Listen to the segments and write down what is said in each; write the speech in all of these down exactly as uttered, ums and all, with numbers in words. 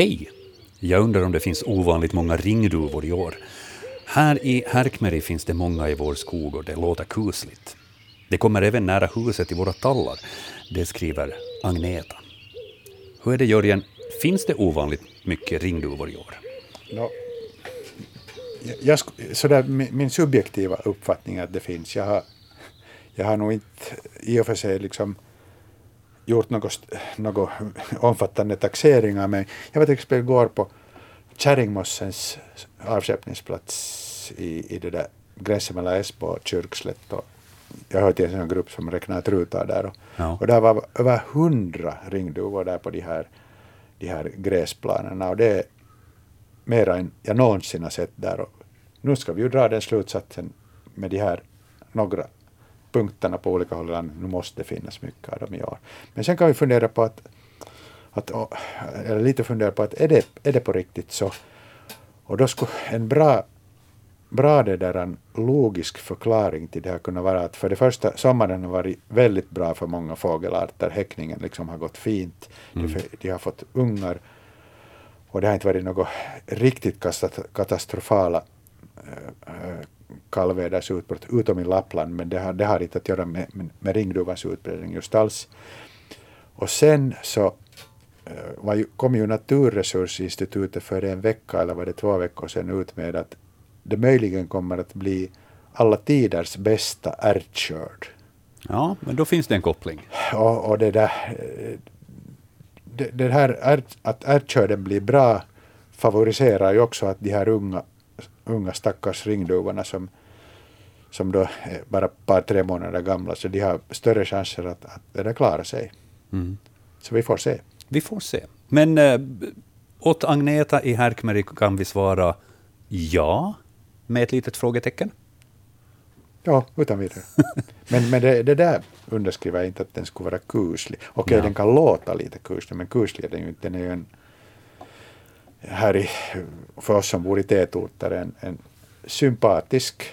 Hej! Jag undrar om det finns ovanligt många ringduvor i år. Här i Härkmeri finns det många i vår skog och det låter kusligt. Det kommer även nära huset i våra tallar. Det skriver Agneta. Hur är det, Jörgen? Finns det ovanligt mycket ringduvor i år? No, jag, så där, min, min subjektiva uppfattning är att det finns. Jag har, jag har nog inte i och för sig liksom gjort något, något omfattande taxeringar, men jag var till exempel igår på Kärringmossens avskeppningsplats i, i det där gränsen mellan Esbo och Kyrkslätt, och jag hör till en sån grupp som räknar trutar där, och, ja. och där var över hundra ringduvor där på de här, de här gräsplanerna, och det är mer än jag någonsin har sett där, och nu ska vi ju dra den slutsatsen med de här några punkterna på olika håll i landet. Nu måste det finnas mycket av dem i år. Men sen kan vi fundera på att, att eller lite fundera på att är det, är det på riktigt så? Och då skulle en bra, bra det där en logisk förklaring till det här kunna vara att för det första, sommaren har varit väldigt bra för många fågelarter. Häckningen liksom har gått fint. Mm. De, de har fått ungar. Och det har inte varit något riktigt katastrofala äh, kallvädersutbrott utom i Lappland, men det har, det har inte att göra med, med, med ringduvans utbredning just alls. Och sen så äh, var ju, kom ju Naturresursinstitutet för en vecka eller var det två veckor sedan ut med att det möjligen kommer att bli alla tiders bästa ärtkörd. Ja, men då finns det en koppling. Och, och det där det, det här ärt, att ärtkörden blir bra favoriserar ju också att de här unga unga stackars ringduvorna som, som då är bara ett par, tre månader gamla, så de har större chanser att, att det där klarar sig. Mm. Så vi får se. Vi får se. Men äh, åt Agneta i Härkmeri kan vi svara ja med ett litet frågetecken? Ja, utan vidare. men men det, det där underskriver jag inte att den skulle vara kuslig. Okej, okay, ja. Den kan låta lite kuslig, men kuslig är den ju inte. Den är ju en här i, för oss som bor i tätorter, en, en sympatisk,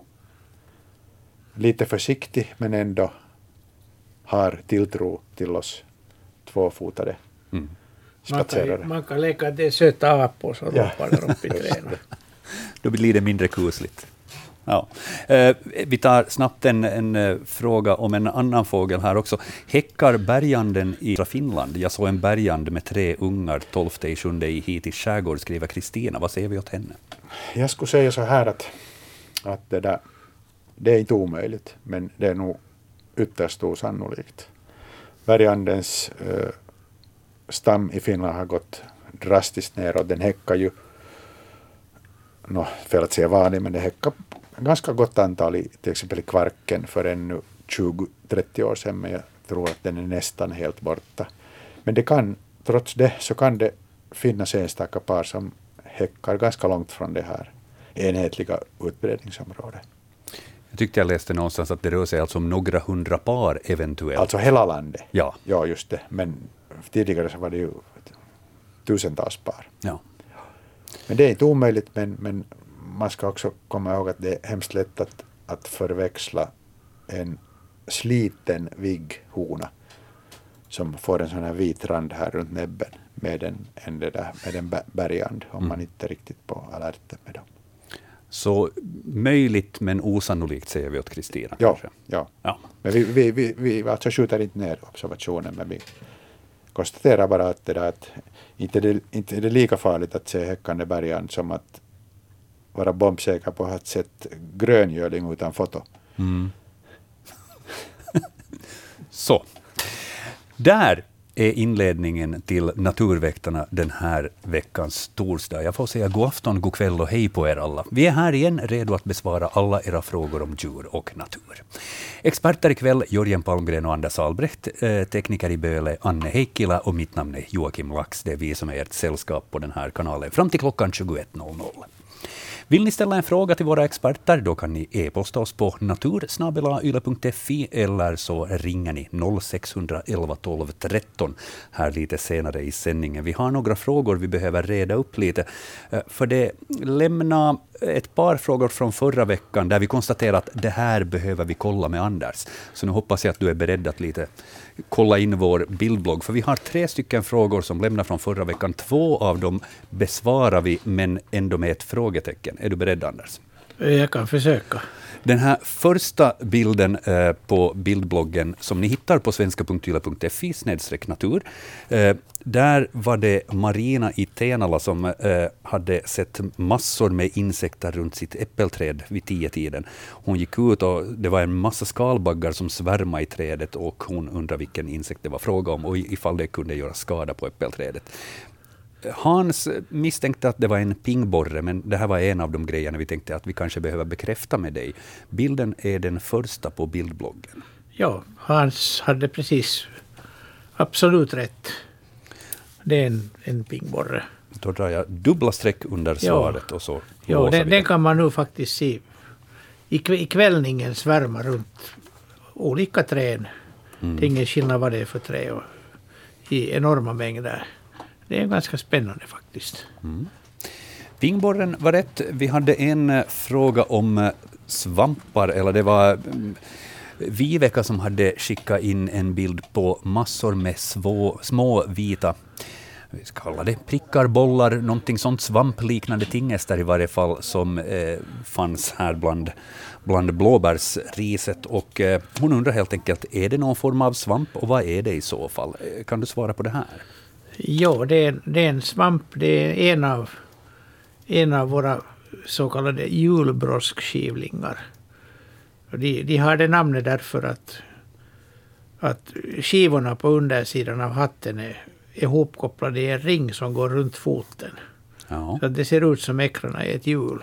lite försiktig, men ändå har tilltro till oss tvåfotade mm. spatserare. Man kan, man kan leka att det är söta apor som ja. ropar där uppe i träden. Då blir det mindre kusligt. Ja. Eh, vi tar snabbt en, en uh, fråga om en annan fågel här också. Häckar berganden i Finland? Jag såg en bergand med tre ungar tolfte i sjunde i hit i skärgård, skriver Kristina. Vad säger vi åt henne? Jag skulle säga så här att, att det, där, det är inte omöjligt, men det är nog ytterst osannolikt. Bergandens uh, stam i Finland har gått drastiskt ner och den häckar ju, no, för att säga vanligt, men det häckar ganska gott antal i till exempel i Kvarken för ännu tjugo till trettio år sedan, men jag tror att den är nästan helt borta. Men det kan, trots det så kan det finnas enstaka par som häckar ganska långt från det här enhetliga utbredningsområdet. Jag tyckte jag läste någonstans att det rör sig alltså om några hundra par eventuellt. Alltså hela landet? Ja. Ja, just det. Men tidigare så var det ju tusentals par. Ja. Men det är inte omöjligt, men, men man ska också komma ihåg att det är hemskt lätt att, att förväxla en sliten vigghona som får en sån här vit rand här runt näbben med en, en, det där, med en bergand om mm. man inte är riktigt på alerten med dem. Så möjligt men osannolikt säger vi åt Kristina. Ja, ja. ja. Men vi, vi, vi, vi alltså skjuter inte ner observationen, men vi konstaterar bara att det, där, att inte, det, inte är det lika farligt att se häckande bergand som att vara bombsäker på att ha sett gröngöling utan foto. Mm. Så. Där är inledningen till Naturväktarna den här veckans torsdag. Jag får säga god afton, god kväll och hej på er alla. Vi är här igen redo att besvara alla era frågor om djur och natur. Experter ikväll Jörgen Palmgren och Anders Albrecht, tekniker i Böle Anne Heikkila och mitt namn är Joakim Lax. Det är vi som är ert sällskap på den här kanalen fram till klockan tjugoett noll noll. Vill ni ställa en fråga till våra experter, då kan ni e-posta oss på natur snabel-a yle punkt fi eller så ringer ni noll sex ett ett tolv tretton här lite senare i sändningen. Vi har några frågor vi behöver reda upp lite. För det lämna ett par frågor från förra veckan där vi konstaterar att det här behöver vi kolla med Anders. Så nu hoppas jag att du är beredd att lite kolla in vår bildblogg, för vi har tre stycken frågor som lämnar från förra veckan. Två av dem besvarar vi, men ändå med ett frågetecken. Är du beredd, Anders? Jag kan försöka. Den här första bilden eh, på bildbloggen som ni hittar på svenska punkt yle punkt fi snedstreck natur, eh, där var det Marina i Tenala som eh, hade sett massor med insekter runt sitt äppelträd vid tio tiden. Hon gick ut och det var en massa skalbaggar som svärmade i trädet, och hon undrade vilken insekt det var fråga om och ifall det kunde göra skada på äppelträdet. Hans misstänkte att det var en pingborre, men det här var en av de grejerna vi tänkte att vi kanske behöver bekräfta med dig. Bilden är den första på bildbloggen. Ja, Hans hade precis absolut rätt. Det är en, en pingborre. Då drar jag dubbla streck under svaret. Ja. Och så ja, den, den kan man nu faktiskt se. I, i kvällningen svärmar runt olika träd. Mm. Det är ingen skillnad vad det är för träd och i enorma mängder. Det är ganska spännande faktiskt. Mm. Pingborren var rätt. Vi hade en fråga om svampar, eller det var Viveka som hade skickat in en bild på massor med svå, små vita, vi ska kalla det prickar, bollar, någonting sånt svampliknande tingester i varje fall, som eh, fanns här bland, bland blåbärsriset. Och eh, hon undrar helt enkelt, är det någon form av svamp och vad är det i så fall? Kan du svara på det här? Ja, det är, det är en svamp. Det är en av, en av våra så kallade julbroskskivlingar. De, de har det namnet därför att, att skivorna på undersidan av hatten är ihopkopplade i en ring som går runt foten. Ja. Så att det ser ut som ekrarna i ett hjul.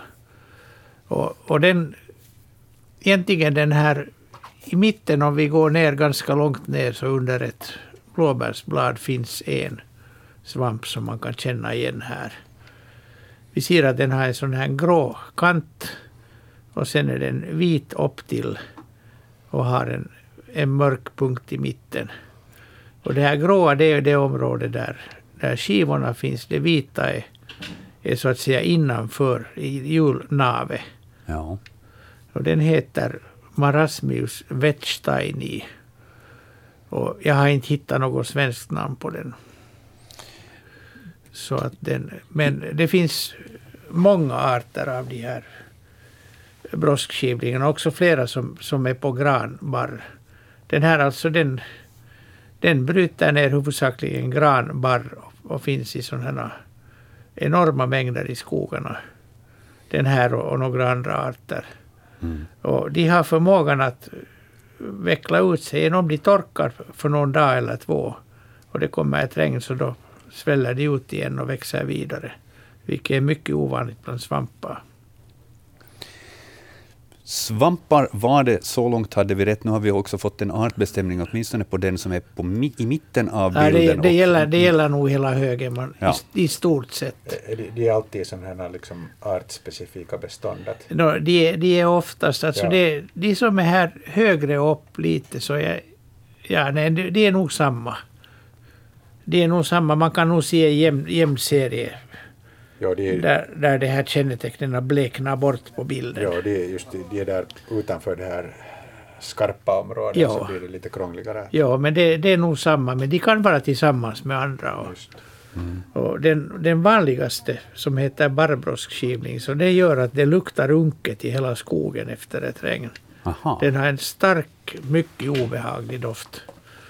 Och, och den, egentligen den här i mitten, om vi går ner ganska långt ner, så under ett blåbärsblad finns en svamp som man kan känna igen här. Vi ser att den har en sån här grå kant och sen är den vit upp till och har en, en mörk punkt i mitten. Och det här gråa, det är det område där, där skivorna finns. Det vita är, är så att säga innanför i hjulnavet. Ja. Och den heter Marasmius wettsteini. Och jag har inte hittat något svenskt namn på den. Så att den, men det finns många arter av de här broskskivlingarna, också flera som, som är på granbarr. Den här alltså, den, den bryter ner huvudsakligen granbarr och, och finns i sådana enorma mängder i skogarna. Den här och, och några andra arter. Mm. Och de har förmågan att veckla ut sig. Om de torkar för någon dag eller två och det kommer ett regn, så då sväller de ut igen och växer vidare. Vilket är mycket ovanligt bland svampar. Svampar var det, så långt hade vi rätt. Nu har vi också fått en artbestämning åtminstone på den som är på mi- i mitten av bilden. Ja, det, det, gäller, det gäller nog hela högen, man, ja. i, i stort sett. Det, det är alltid sådana här liksom artspecifika beståndet. No, de, de är oftast, alltså ja. det, de som är här högre upp lite, så är, ja, nej, det, det är nog samma. Det är nog samma, man kan nog se jämn, jämn serie. Ja, det är, där, där det här kännetecknen bleknar bort på bilden. Ja, det är just det, det är där utanför det här skarpa området, ja. Så blir det lite krångligare. Ja, men det, det är nog samma, men de kan vara tillsammans med andra. Och, mm. och den, den vanligaste, som heter barrbroskskivling, så det gör att det luktar unket i hela skogen efter ett regn. Aha. Den har en stark, mycket obehaglig doft.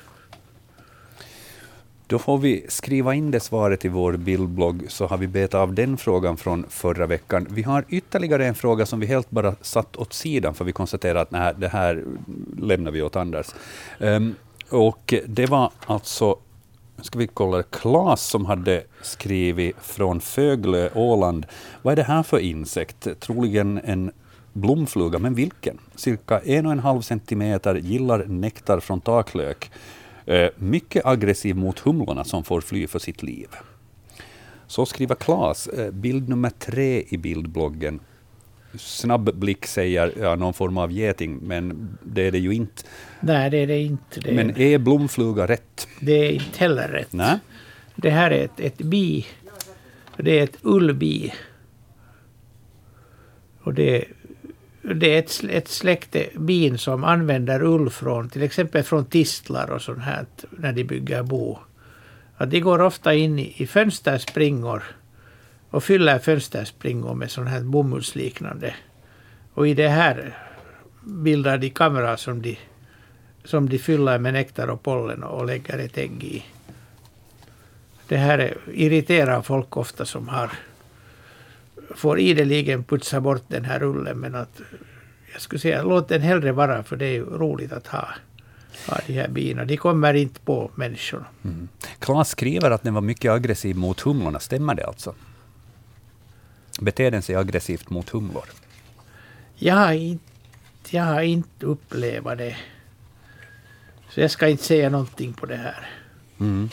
Då får vi skriva in det svaret i vår bildblogg, så har vi betat av den frågan från förra veckan. Vi har ytterligare en fråga som vi helt bara satt åt sidan, för vi konstaterar att nej, det här lämnar vi åt Anders. Um, och det var alltså, ska vi kolla, Claes som hade skrivit från Föglö, Åland. Vad är det här för insekt? Troligen en blomfluga, men vilken? Cirka en och en halv centimeter, gillar nektar från taklök. Uh, mycket aggressiv mot humlorna som får fly för sitt liv. Så skriver Claes, uh, bild nummer tre i bildbloggen. Snabb blick säger ja, någon form av geting, men det är det ju inte. Nej, det är det inte. Det är men är blomfluga rätt? Det är inte heller rätt. Nej. Det här är ett, ett bi. Det är ett ullbi. Och det, det är ett, ett släkte bin som använder ull från, till exempel från tistlar och sånt här, när de bygger bo. Att de går ofta in i, i fönsterspringor och fyller fönsterspringor med sån här bomullsliknande. Och i det här bildar de kamrar som de, som de fyller med nektar och pollen och lägger ett ägg i. Det här irriterar folk ofta som har får ideligen putsa bort den här ullen, men att jag skulle säga låt den hellre vara, för det är ju roligt att ha, ha de här bina. De kommer inte på människorna. Mm. Claes skriver att den var mycket aggressiv mot humlorna. Stämmer det alltså? Beter den sig aggressivt mot humlor? Jag har inte, jag har inte upplevt det. Så jag ska inte säga någonting på det här. Mm.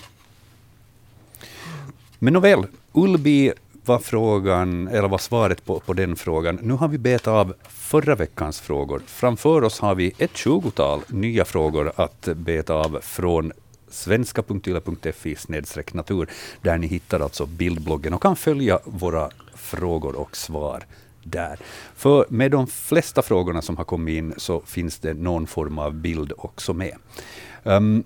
Men nåväl, Ullbi var frågan, eller var svaret på, på den frågan. Nu har vi bet av förra veckans frågor. Framför oss har vi ett tjugotal nya frågor att beta av från svenska punkt yle punkt fi snedstreck natur, där ni hittar alltså bildbloggen och kan följa våra frågor och svar där. För med de flesta frågorna som har kommit in så finns det någon form av bild också med. Um,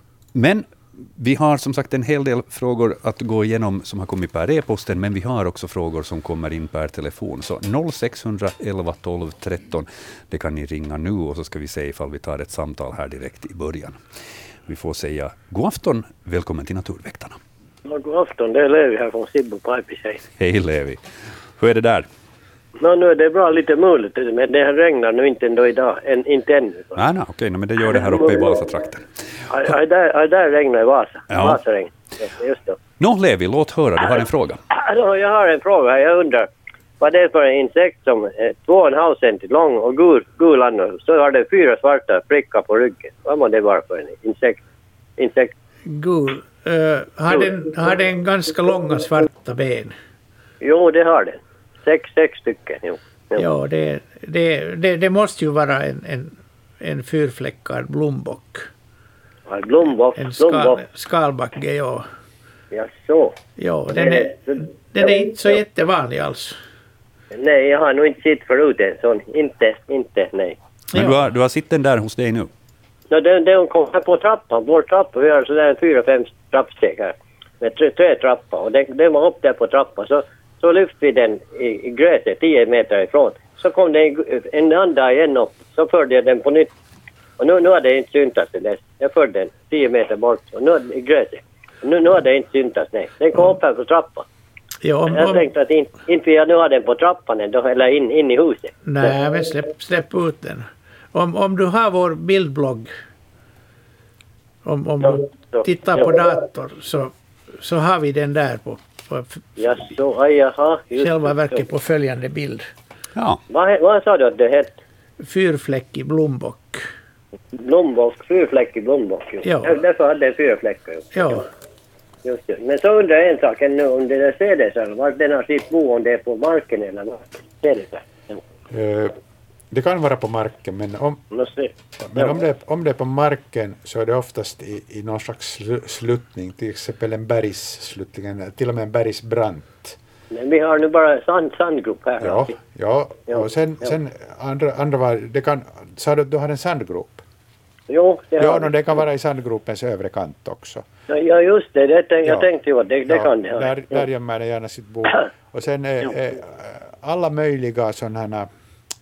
men vi har som sagt en hel del frågor att gå igenom som har kommit per e-posten, men vi har också frågor som kommer in per telefon. Så noll sex elva tolv tretton, det kan ni ringa nu och så ska vi se ifall vi tar ett samtal här direkt i början. Vi får säga god afton, välkommen till Naturväktarna. Ja, god afton, det är Levi här från Sibbo Pipes. Hej. Hej Levi, hur är det där? No, nu är det bra, lite muligt, men det regnar nu inte ändå idag, än, inte ännu. Ah, nej, okej, men det gör det här uppe i Vasatrakten. Ja, ja, där, ja, där regnar i Vasa. Ja. Vasaregn. Just det. Nå Levi, låt höra, du har en fråga. Ja, jag har en fråga, jag undrar vad det är för en insekt som är två och en halv centi lång och gul, gul annan. Så har det fyra svarta prickar på ryggen. Vad må det vara för en insekt? insekt? Gul. Uh, har, den, har den ganska långa svarta ben? Jo, det har den. Sex, sex stycken, jo. jo. Ja, det, det, det, det måste ju vara en, en, en fyrfläckad blombock. Ja, blombock, En blombock. skal, skalbagge, ja. Ja, så. Ja, den är, den är inte så jättevanlig alls. Nej, jag har nog inte sett förut en sån. Inte, inte, nej. Men Ja. du har, du har sitt den där hos dig nu? No, den, den kom här på trappan, vår trappa. Vi har sådär fyra, fem trappsteg här. Med tre, tre trappor. Och den, den var upp där på trappan. Så, så lyfte vi den i, i gräset tio meter ifrån. Så kom den en andra igen upp. Så förde jag den på nytt. Och nu, nu har det inte syntats till dess. Jag förde den tio meter bort. Och nu är den i gräset. Och nu, nu har det inte syntats, nej. Den kom upp här på trappan. Ja, om, Jag om, tänkte att in, inte vi nu har den på trappan ändå, eller in, in i huset. nej, men släpp, släpp ut den. Om, om du har vår bildblogg, om, om Ja, du så. tittar Ja. på dator, så, så har vi den där på, på Ja, så, aj, jaha. Just själva det, verket så. på följande bild. Ja. Vad, vad sa du att det hette? Fyrfläckig blombock. Blombock, fyrfläckig blombock. ju. Ja. Ja, därför hade den fyra fläckar. ju. Ja, Just det. Men så undrar jag en sak ännu om det där ser det så, vart den har sitt bo, om det är på marken eller vad. Ser det så? Ja. Eh, Det kan vara på marken, men om, Nå, se. men Ja. om, det, om det är på marken så är det oftast i, i någon slags slu- sluttning, till exempel en bergssluttning, till och med en bergsbrant. Men vi har nu bara sand, sandgrop här. Ja, ja. Ja, och sen, ja. sen andra, andra var, det kan, sa du att du har en sandgrop? Jo, det har Ja, vi. no, det kan vara i sandgropens övre kant också. Ja, ja, just det. det tänk, jag Ja. tänkte ju att det, det Ja, kan det ha. Där, Ja. där gömmer det gärna sitt bo. Och sen är, Ja. är alla möjliga sådana här,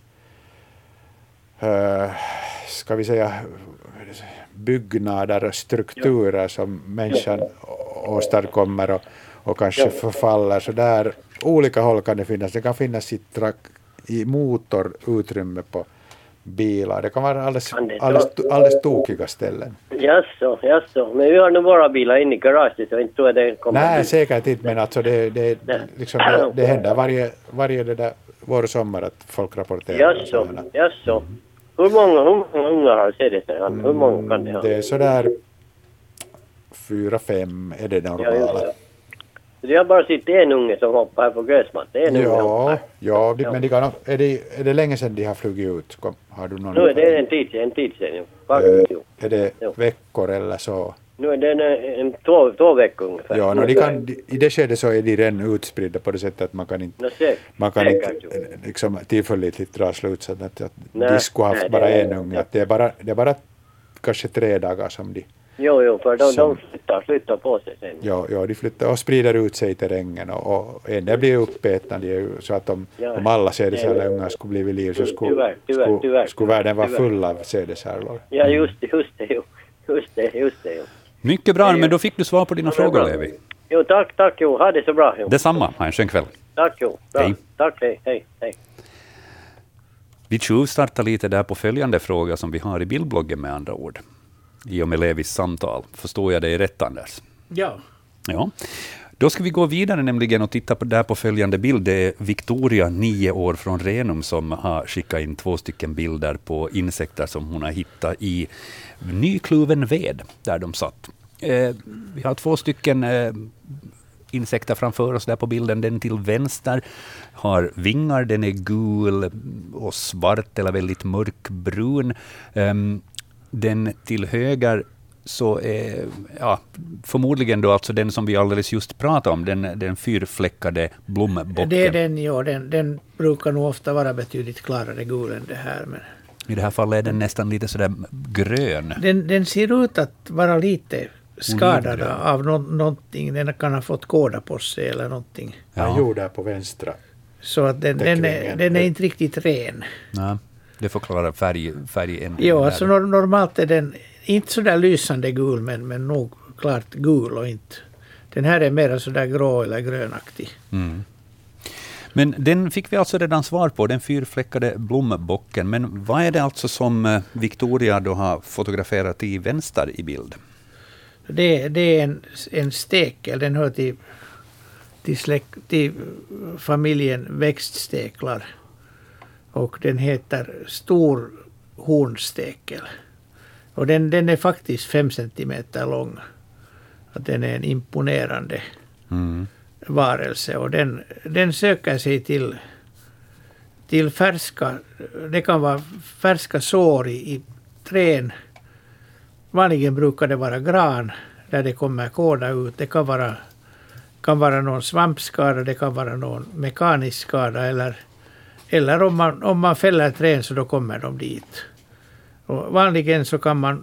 äh, ska vi säga, byggnader och strukturer som människan åstadkommer och, och kanske Ja. förfaller. Så där olika håll kan det finnas. Det kan finnas i, trak, i motorutrymme på bilar. Det kan vara alldeles, Kan det så? alldeles, alldeles tokiga ställen. Jaså, jaså. Men vi har nu våra bilar inne i garaget så inte tror jag det kommer Nej, dit. säkert inte, men alltså det, det, Nej. liksom det, det händer varje, varje det där vår och sommar att folk rapporterar. Jaså, sådana. jaså. Hur många, hur många ungar har sett det? Här? Hur många kan det ha? Det är sådär fyra, fem är det Ja, just normala. det. Så jag har bara sett en unge som hoppar här på gräsmattan. En unge Ja, hoppar. ja, det, Ja. men det kan, är, det, är det länge sedan de har flugit ut? Kom, har du någon Nu är det en tid, en tid sedan. ju. Eh, Faktiskt, jo. är det Jo. veckor eller så? Nu är den en, en två, två veckor ungefär. Ja, no, de kan, i det skedet så är de redan utspridda på det sättet att man kan inte, no, säkert, man kan inte liksom, tillförlitligt dra slutsatsen att, att nej, de skulle haft nej, bara en unge. Att det, är bara, det är bara kanske tre dagar som de... Jo, jo, för de, som, de flyttar, flyttar på sig sen. Ja, ja, de flyttar och sprider ut sig i terrängen och, och en del blir uppätna så att om, ja, om alla sädesärlungar skulle bli vid liv så skulle, tyvärr, tyvärr, skulle, tyvärr, skulle världen vara full av sädesärlor. Ja, just det, just det, just det, just det. Jo. Mycket bra, men då fick du svar på dina ja, frågor, Levi. Jo, tack, tack, jo, ha det så bra. Jo. Detsamma, ha en skön kväll. Tack, jo, bra. Hej. Tack, hej, hej, hej. Vi tjuvstartar lite där på följande fråga som vi har i bildbloggen med andra ord. I och med Levis samtal. Förstår jag dig rätt, Anders? Ja. Ja. Då ska vi gå vidare nämligen och titta på där på följande bild. Det är Victoria, nio år från Renum, som har skickat in två stycken bilder på insekter som hon har hittat i nykluven ved där de satt. Eh, vi har två stycken eh, insekter framför oss där på bilden. Den till vänster har vingar. Den är gul och svart eller väldigt mörkbrun. Um, Den till höger så är ja, förmodligen då alltså den som vi alldeles just pratade om, den, den fyrfläckade blombocken. Det är den, ja. Den, den brukar nog ofta vara betydligt klarare gul än det här. Men i det här fallet är den nästan lite sådär grön. Den, den ser ut att vara lite skadad av no, någonting. Den kan ha fått kåda på sig eller någonting. Ja, jo, där på vänstra. Så att den, den, är, den är inte riktigt ren. Ja. Det förklarar färg, färgen. Ja, alltså normalt är den inte så där lysande gul, men, men nog klart gul och inte. Den här är mer så där grå eller grönaktig. Mm. Men den fick vi alltså redan svar på, den fyrfläckade blombocken. Men vad är det alltså som Victoria då har fotograferat i vänster i bild? Det, det är en, en stekel, den hör till, till, släck, till familjen växtsteklar. Och den heter stor hornstekel. Och den, den är faktiskt fem centimeter lång. Att den är en imponerande mm. varelse. Och den, den söker sig till, till färska, det kan vara färska sår i, i trän. Vanligen brukar det vara gran där det kommer kåda ut. Det kan vara, kan vara någon svampskada, det kan vara någon mekanisk skada eller Eller om man, om man fäller trän så då kommer de dit. Och vanligen så kan man,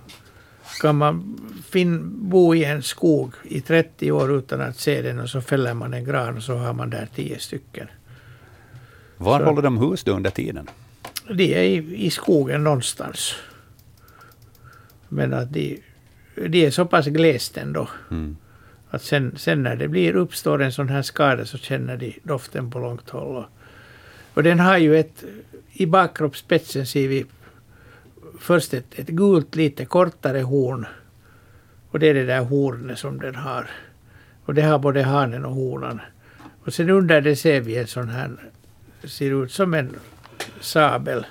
kan man fin, bo i en skog i trettio år utan att se den och så fäller man en gran och så har man där tio stycken. Var så, håller de hus då under tiden? De är i, i skogen någonstans. Men att de, de är så pass glest ändå. Mm. Att sen, sen när det blir uppstår en sån här skada så känner de doften på långt håll. Och, Och den har ju ett, i bakkroppsspetsen ser vi först ett, ett gult lite kortare horn. Och det är det där hornet som den har. Och det har både hanen och honan. Och sen under det ser vi en sån här, ser ut som en sabel.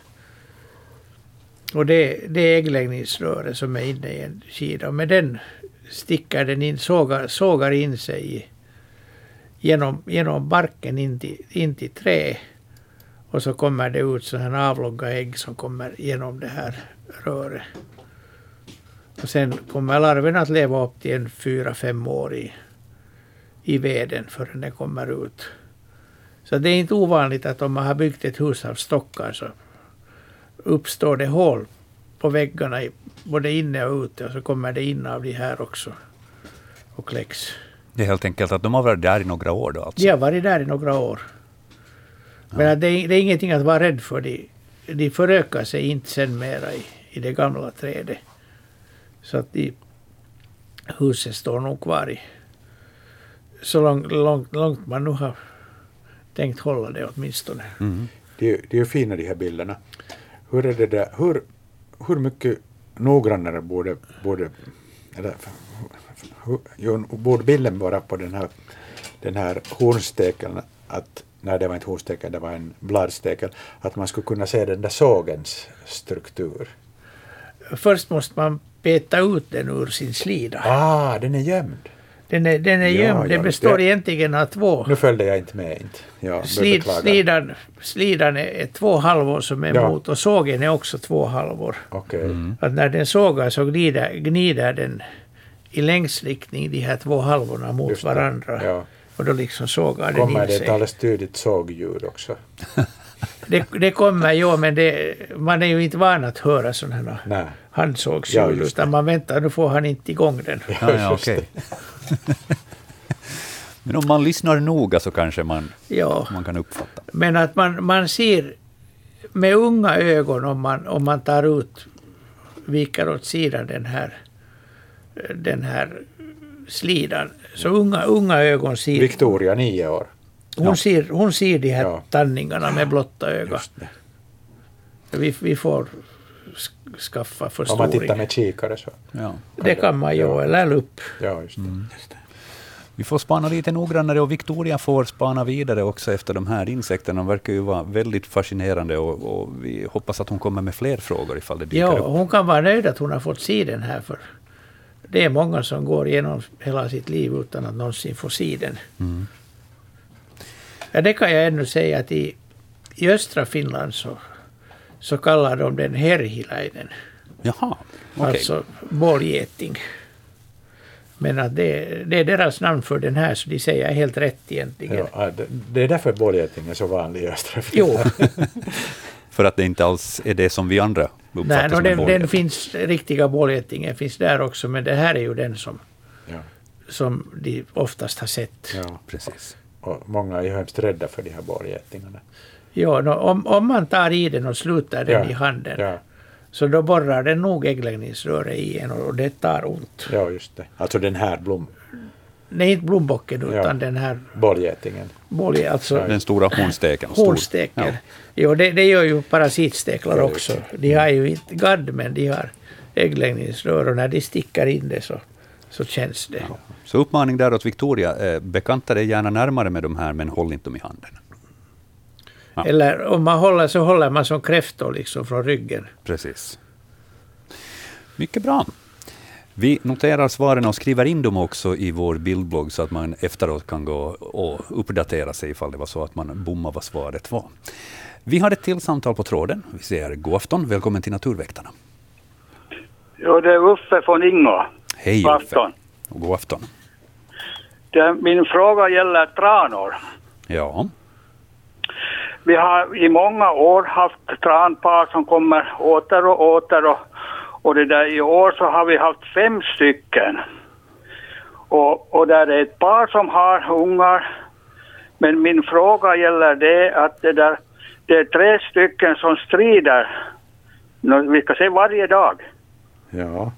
Och det, det är äggläggningsröret som är inne i en skida. Och med den sticker den in, sågar, sågar in sig i, genom, genom barken in till, in till trä. Och så kommer det ut så här avlånga ägg som kommer genom det här röret. Och sen kommer larven att leva upp till en fyra, fem år i, i veden förrän den kommer ut. Så det är inte ovanligt att om man har byggt ett hus av stockar så uppstår det hål på väggarna både inne och ute och så kommer det in av de här också och kläcks. Det är helt enkelt att de har varit där i några år då alltså? De har varit där i några år. Men ja. det, är, det är ingenting att vara rädd för. De, de förökar sig inte sen mera i, i det gamla trädet. Så att de, huset står nog kvar i så långt, långt, långt man nu har tänkt hålla det åtminstone. Mm. Det, är, det är ju fina de här bilderna. Hur är det där? Hur, hur mycket noggrannare borde, borde, eller, hur, hur, borde bilden vara på den här, den här hornstekeln att när det var inte hornstekel, det var en bladstekel, att man skulle kunna se den där sågens struktur? Först måste man peta ut den ur sin slida. Ah, den är gömd. Den är, den är ja, gömd. Ja, den består det, egentligen av två. Nu följde jag inte med. Inte. Ja, Slid, slidan slidan är, är två halvor som är ja. mot och sågen är också två halvor. Okay. Mm. Att när den sågar så glider, gnider den i längsriktning de här två halvorna mot Just det, varandra. ja. Och då liksom sågar den Kommer in det ett sig. alldeles tydligt sågljud också? Det, det kommer ju, men det, man är ju inte van att höra sådana här Nej. handsågsljud, Ja, just det. utan man väntar, nu får han inte igång den. Ja, ja, okej. Men om man lyssnar noga så kanske man, Ja, man kan uppfatta. men att man, man ser med unga ögon om man, om man tar ut, viker åt sidan den här, den här slidan. Så unga, unga ögon ser, Victoria, nio år. hon, ser, hon ser de här Ja. tanningarna med blotta ögat. Just det. Vi, vi får sk- skaffa Om förstoring. man tittar med kikare så. Ja. Det kan man ju, Ja. eller lupp. Ja, just det. Mm. Vi får spana lite noggrannare och Victoria får spana vidare också efter de här insekterna. De verkar ju vara väldigt fascinerande och, och vi hoppas att hon kommer med fler frågor ifall det dyker Ja, upp. hon kan vara nöjd att hon har fått se den här, för det är många som går igenom hela sitt liv utan att någonsin få se den. Mm. Ja, det kan jag ännu säga att i, i östra Finland så, så kallar de den herhiläinen, Jaha, okej. alltså bålgeting. Men att det, det är deras namn för den här, så de säger helt rätt egentligen. Ja, det, det är därför bålgeting är så vanlig i östra Finland. Jo, För att det inte alls är det som vi andra uppfattar nej, no, som en den, bålgeting. den finns, riktiga bålgetingen finns där också, men det här är ju den som, Ja, som de oftast har sett. ja. Precis. Och många är ju hemskt rädda för de här bålgetingarna. Ja, no, om, om man tar i den och sluter den Ja, i handen, Ja, så då borrar den nog äggläggningsröret i en och det tar ont. ja, just det. Alltså den här blom, Nej, inte blombocken utan Ja. den här bålgetingen. bolje, alltså Den stora hornsteken. stor- hornsteken. Ja. Jo, det, det gör ju parasitsteklar Ja, också. just De har ju inte gadd, men de har äggläggningsrör och när de stickar in det så, så känns det. Så uppmaning där åt Victoria, eh, bekanta dig gärna närmare med de här, men håll inte dem i handen. Ja. Eller om man håller så håller man som kräftor liksom från ryggen. Precis. Mycket bra. Vi noterar svaren och skriver in dem också i vår bildblogg så att man efteråt kan gå och uppdatera sig ifall det var så att man bommade vad svaret var. Vi har ett till samtal på tråden. Vi säger god afton. Välkommen till Naturväktarna. Jo, det är Uffe från Ingå. Hej God Uffe. afton. Och god afton. Det, min fråga gäller tranor. Ja. Vi har i många år haft tranpar som kommer åter och åter. Och, och det där, i år så har vi haft fem stycken. Och, och där är ett par som har ungar. Men min fråga gäller det att det, där, det är tre stycken som strider. Nå, vi ska se varje dag. Ja.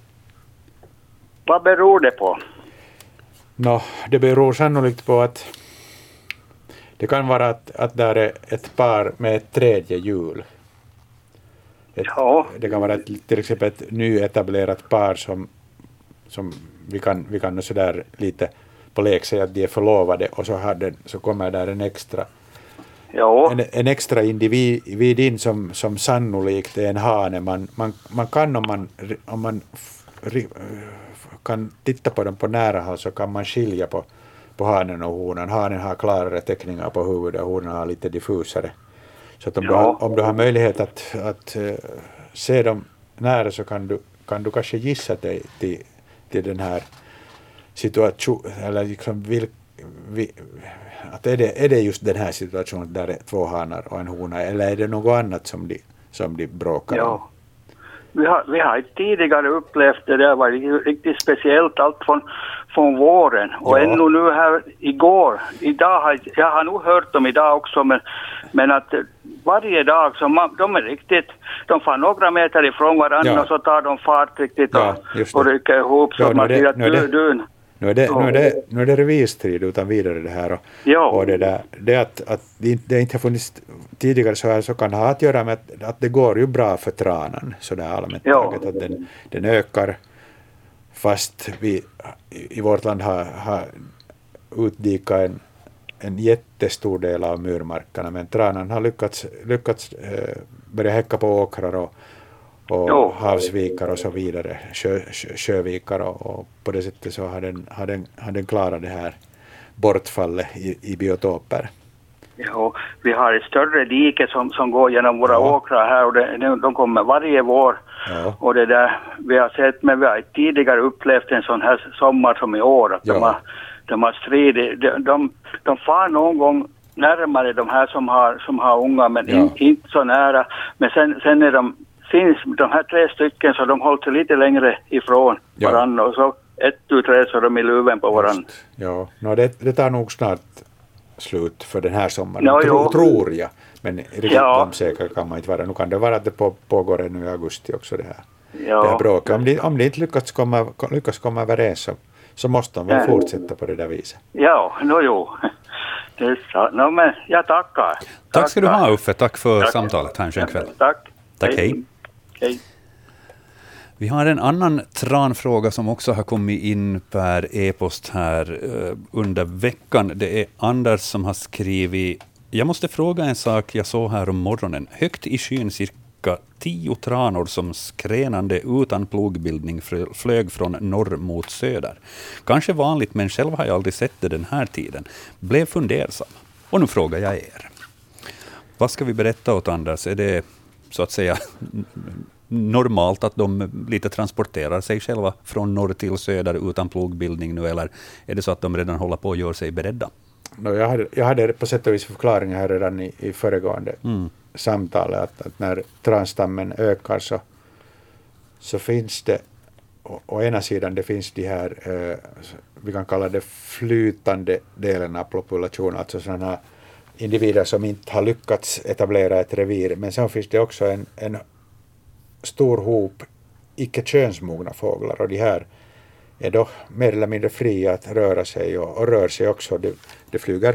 Vad beror det på? Nå, det beror sannolikt på att det kan vara att, att där är ett par med ett tredje hjul. Ett, Ja. Det kan vara ett, till exempel ett nyetablerat par som, som vi kan, vi kan så där lite på lek säga att de är förlovade och så, har den, så kommer där en extra Jo. en, en extra individ in som, som sannolikt är en hane. Man, man, man kan om man, om man f- kan titta på dem på nära håll så kan man skilja på, på hanen och honan. Hanen har klarare teckningar på huvudet och honan har lite diffusare. Så att om, Ja. du, har, om du har möjlighet att, att uh, se dem nära så kan du, kan du kanske gissa dig till, till den här situationen, eller liksom vil, vi, att är det, är det just den här situationen där det är två hanar och en hona, eller är det något annat som de, som de bråkar om? Ja. Vi har, vi har tidigare upplevt det där var riktigt speciellt allt från, från våren och Ja. ännu nu här igår, idag har, jag har nog hört dem idag också men, men att varje dag så man, de är riktigt, de får några meter ifrån varandra Ja. och så tar de fart riktigt och, Ja, just det. och rycker ihop så Ja, att nu man är det- ser att nu är det- du, du, Nu är det, nu är det, nu är det revirstrid utan vidare det här. Och, Ja. och det, där, det att, att det, inte- det inte har funnits tidigare så här så kan det ha att göra med att, att det går ju bra för tranan så där allmänt Ja. taget, att den, den ökar fast vi i, i vårt land har, har utdikat en, en jättestor del av myrmarkerna men tranan har lyckats, lyckats eh, börja häcka på åkrar och och Jo. havsvikar och så vidare, sjö, sjö, sjövikar och, och på det sättet så har den, har den, har den klarat det här bortfallet i, i biotoper. Jo, vi har ett större dike som, som går genom våra Ja. åkrar här och det, de kommer varje vår. Ja. Och det där, vi har sett, men vi har tidigare upplevt en sån här sommar som i år. Att Ja. de, har, de har stridit, de, de, de far någon gång närmare de här som har, som har unga, men Ja. in, inte så nära. Men sen, sen är de, finns de här tre stycken så de håller sig lite längre ifrån Ja. varandra och så ett, tu, tre så de är luven på varandra. Just. Ja, no, det, det tar nog snart slut för den här sommaren, Ja, tro, jo. tror jag. Men riktigt Ja. bombsäker kan man inte vara. Nu kan det vara att det på, pågår ännu i augusti också det här, Ja. det här bråket. Om de, om de inte lyckas komma, lyckas komma överens så, så måste de väl Ja. fortsätta på det där viset. Ja, no, jo. Det är så. No, men jag tackar. Tack ska du Tackar. ha, Uffe. Tack för Tack. samtalet. Ha en skön kväll. Tack. Tack, hej. Hej. Vi har en annan tranfråga som också har kommit in per e-post här eh, under veckan. Det är Anders som har skrivit: jag måste fråga en sak jag såg här om morgonen. Högt i skyn cirka tio tranor som skränande utan plogbildning flö- flög från norr mot söder. Kanske vanligt, men själv har jag aldrig sett det den här tiden. Blev fundersam. Och nu frågar jag er. Vad ska vi berätta åt Anders? Är det så att säga normalt att de lite transporterar sig själva från norr till söder utan plogbildning nu, eller är det så att de redan håller på att göra sig beredda? No, jag, hade, jag hade på sätt och vis förklaringar här redan i, i föregående Mm. samtalet att, att när transtammen ökar så, så finns det å, å ena sidan det finns de här eh, vi kan kalla det flytande delen av populationen, alltså sådana här individer som inte har lyckats etablera ett revir, men sen finns det också en, en stor hop icke könsmogna fåglar och de här är då mer eller mindre fria att röra sig och, och rör sig också. Det, det flyger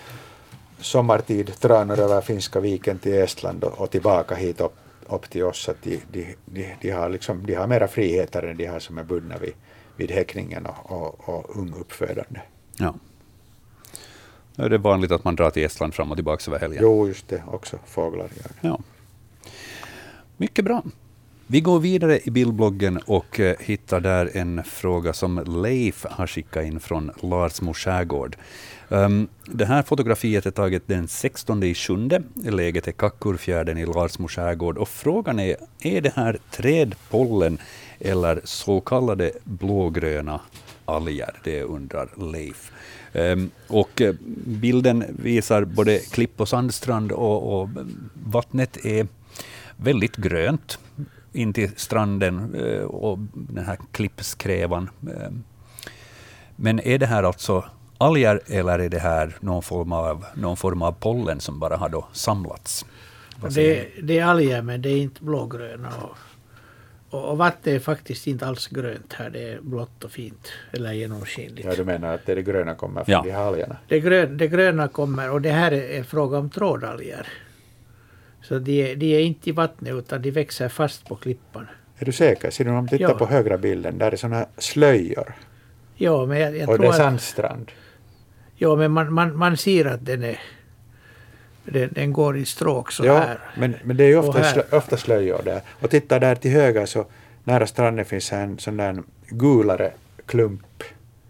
sommartid tranor över Finska viken till Estland och, och tillbaka hit upp, upp till oss. Att de, de, de, de, har liksom, de har mera friheter än de här som är bundna vid, vid häckningen och, och, och ung uppfödande. Ja. Är det vanligt att man drar till Estland fram och tillbaka över helgen? Jo, just det. Också fåglar. Ja. Ja. Mycket bra. Vi går vidare i bildbloggen och eh, hittar där en fråga som Leif har skickat in från Larsmo skärgård. Um, det här fotografiet är taget den sextonde i sjunde. Läget är Kakkurfjärden i Larsmo skärgård. Och frågan är, är det här trädpollen eller så kallade blågröna alger? Det undrar Leif. Um, och uh, bilden visar både klipp och sandstrand och, och vattnet är väldigt grönt in till stranden uh, och den här klippskrävan. Um, men är det här alltså alger eller är det här någon form av, någon form av pollen som bara har då samlats? Det, det är alger, men det är inte blågröna. Och, och, och vattnet är faktiskt inte alls grönt här. Det är blått och fint, eller genomskinligt. Ja, du menar att det, det gröna kommer från Ja. de här algerna? Det, grön, det gröna kommer, och det här är en fråga om trådalger. Så de, är- de är inte i vattnet utan de växer fast på klippan. Är du säker? Ser du om du tittar Ja. på högra bilden, där är sådana slöjor Ja, men jag, jag och det tror är att... sandstrand. Ja, men man, man, man ser att den är... Den, den går i stråk så Ja, här. men, men det är ju Och ofta, här. slö, ofta slöjor där. Och titta där till höger så nära stranden finns en sån där gulare klump.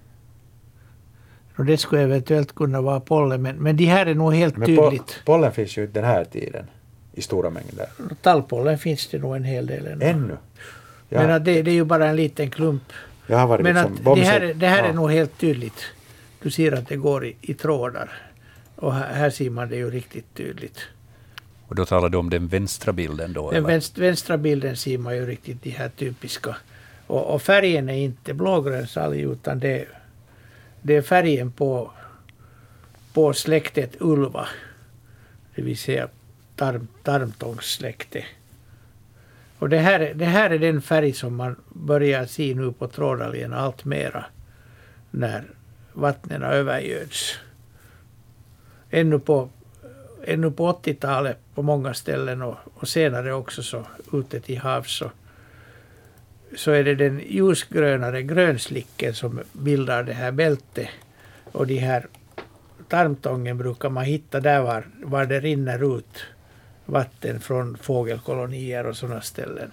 Och det skulle eventuellt kunna vara pollen, men, men de här är nog helt Men po, tydligt. pollen finns ju inte den här tiden i stora mängder. Tallpollen finns det nog en hel del ännu. Ännu. Ja, Men att det, det är ju bara en liten klump. jag har varit Men liksom att det här, bomse- är- det här ja. är nog helt tydligt. Du ser att det går i, i trådar. Och här, här ser man det ju riktigt tydligt. Och då talar du om den vänstra bilden då? Den eller? vänstra, vänstra bilden ser man ju riktigt de här typiska. Och, och färgen är inte blågrön salg, utan det, det är färgen på, på släktet ulva. Det vill säga tarm, tarmtångssläkte. Och det här, är- det här är den färg som man börjar se nu på trådalgerna allt mera när vattnen övergöds. Ännu på, ännu på åttiotalet på många ställen och, och senare också så ute till havs så, så är det den ljusgrönare grönslicken som bildar det här bältet. Och de här tarmtången brukar man hitta där var, var det rinner ut vatten från fågelkolonier och sådana ställen.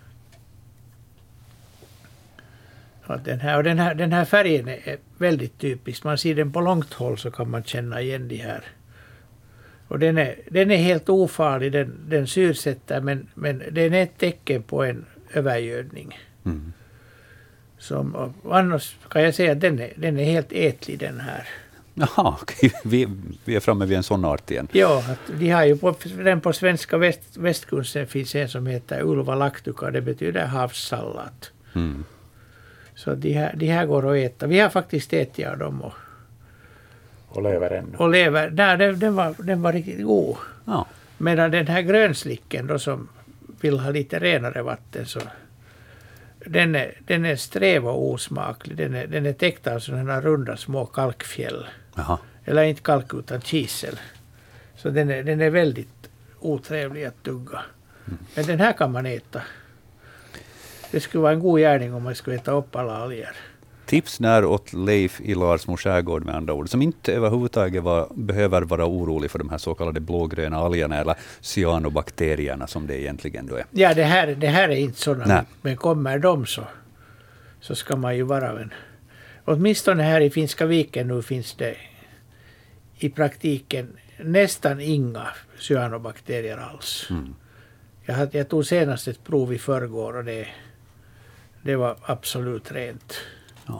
Och den här, och den här, den här färgen är väldigt typisk. Man ser den på långt håll så kan man känna igen de här Och den är, den är helt ofarlig, den, den syrsätter, men, men den är ett tecken på en övergödning. Mm. Som, annars kan jag säga att den är, den är helt ätlig, den här. Jaha, okej. vi, vi är framme vid en sån art igen. Ja, att de har ju på, den på svenska väst, västkusten finns en som heter Ulva lactuca, det betyder havssallad. Mm. Så de här, de här går att äta. Vi har faktiskt ätit av dem och, Och lever ännu. och lever. Nej, den, den, var, den var riktigt god. Ja. Medan den här grönslicken då, som vill ha lite renare vatten, så den är, den är sträv och osmaklig. Den är, den är täckt av sådana här runda små kalkfjäll. Jaha. Eller inte kalk utan kisel. Så den är, den är väldigt otrevlig att tugga. Mm. Men den här kan man äta. Det skulle vara en god gärning om man skulle äta upp alla alger. Tips där åt Leif i Larsmo skärgård med andra ord, som inte överhuvudtaget var, behöver vara orolig för de här så kallade blågröna algerna eller cyanobakterierna som det egentligen då är. Ja, det här, det här är inte sådana. Nej. Men kommer de så, så ska man ju vara en. Åtminstone här i Finska viken nu finns det i praktiken nästan inga cyanobakterier alls. Mm. Jag, hade, jag tog senast ett prov i förrgår och det, det var absolut rent. Ja.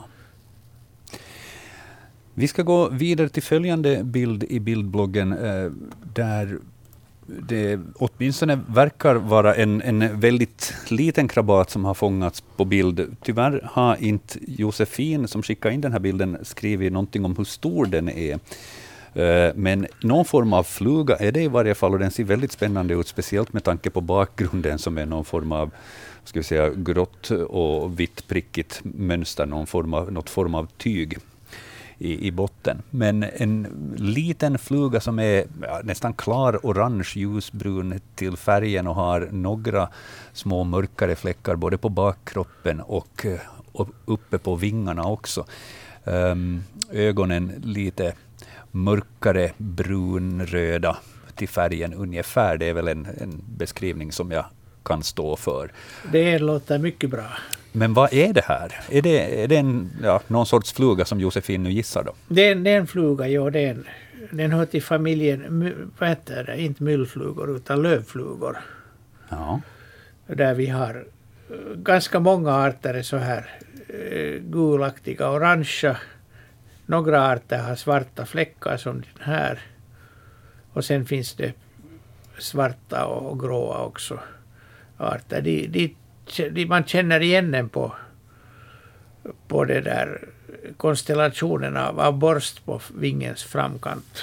Vi ska gå vidare till följande bild i bildbloggen eh, där det åtminstone verkar vara en, en väldigt liten krabat som har fångats på bild. Tyvärr har inte Josefin som skickade in den här bilden skrivit någonting om hur stor den är. Men någon form av fluga är det i varje fall, och den ser väldigt spännande ut, speciellt med tanke på bakgrunden som är någon form av, ska vi säga, grått och vitt prickigt mönster, någon form av, något form av tyg i, i botten. Men en liten fluga som är ja, nästan klar orange, ljusbrun till färgen och har några små mörkare fläckar både på bakkroppen och, och uppe på vingarna också. Um, ögonen lite mörkare brunröda till färgen ungefär. Det är väl en, en beskrivning som jag kan stå för. Det låter mycket bra. Men vad är det här? Är det, är det en, ja, någon sorts fluga som Josefin nu gissar då? Det är, det är en fluga, ja. Det är en, den hör till familjen, vad heter det? Inte myllflugor utan lövflugor. Ja. Där vi har ganska många arter så här eh, gulaktiga, orangea. Några arter har svarta fläckar som den här. Och sen finns det svarta och gråa också arter. De, de, de, man känner igen den på, på det där konstellationen av, av borst på vingens framkant.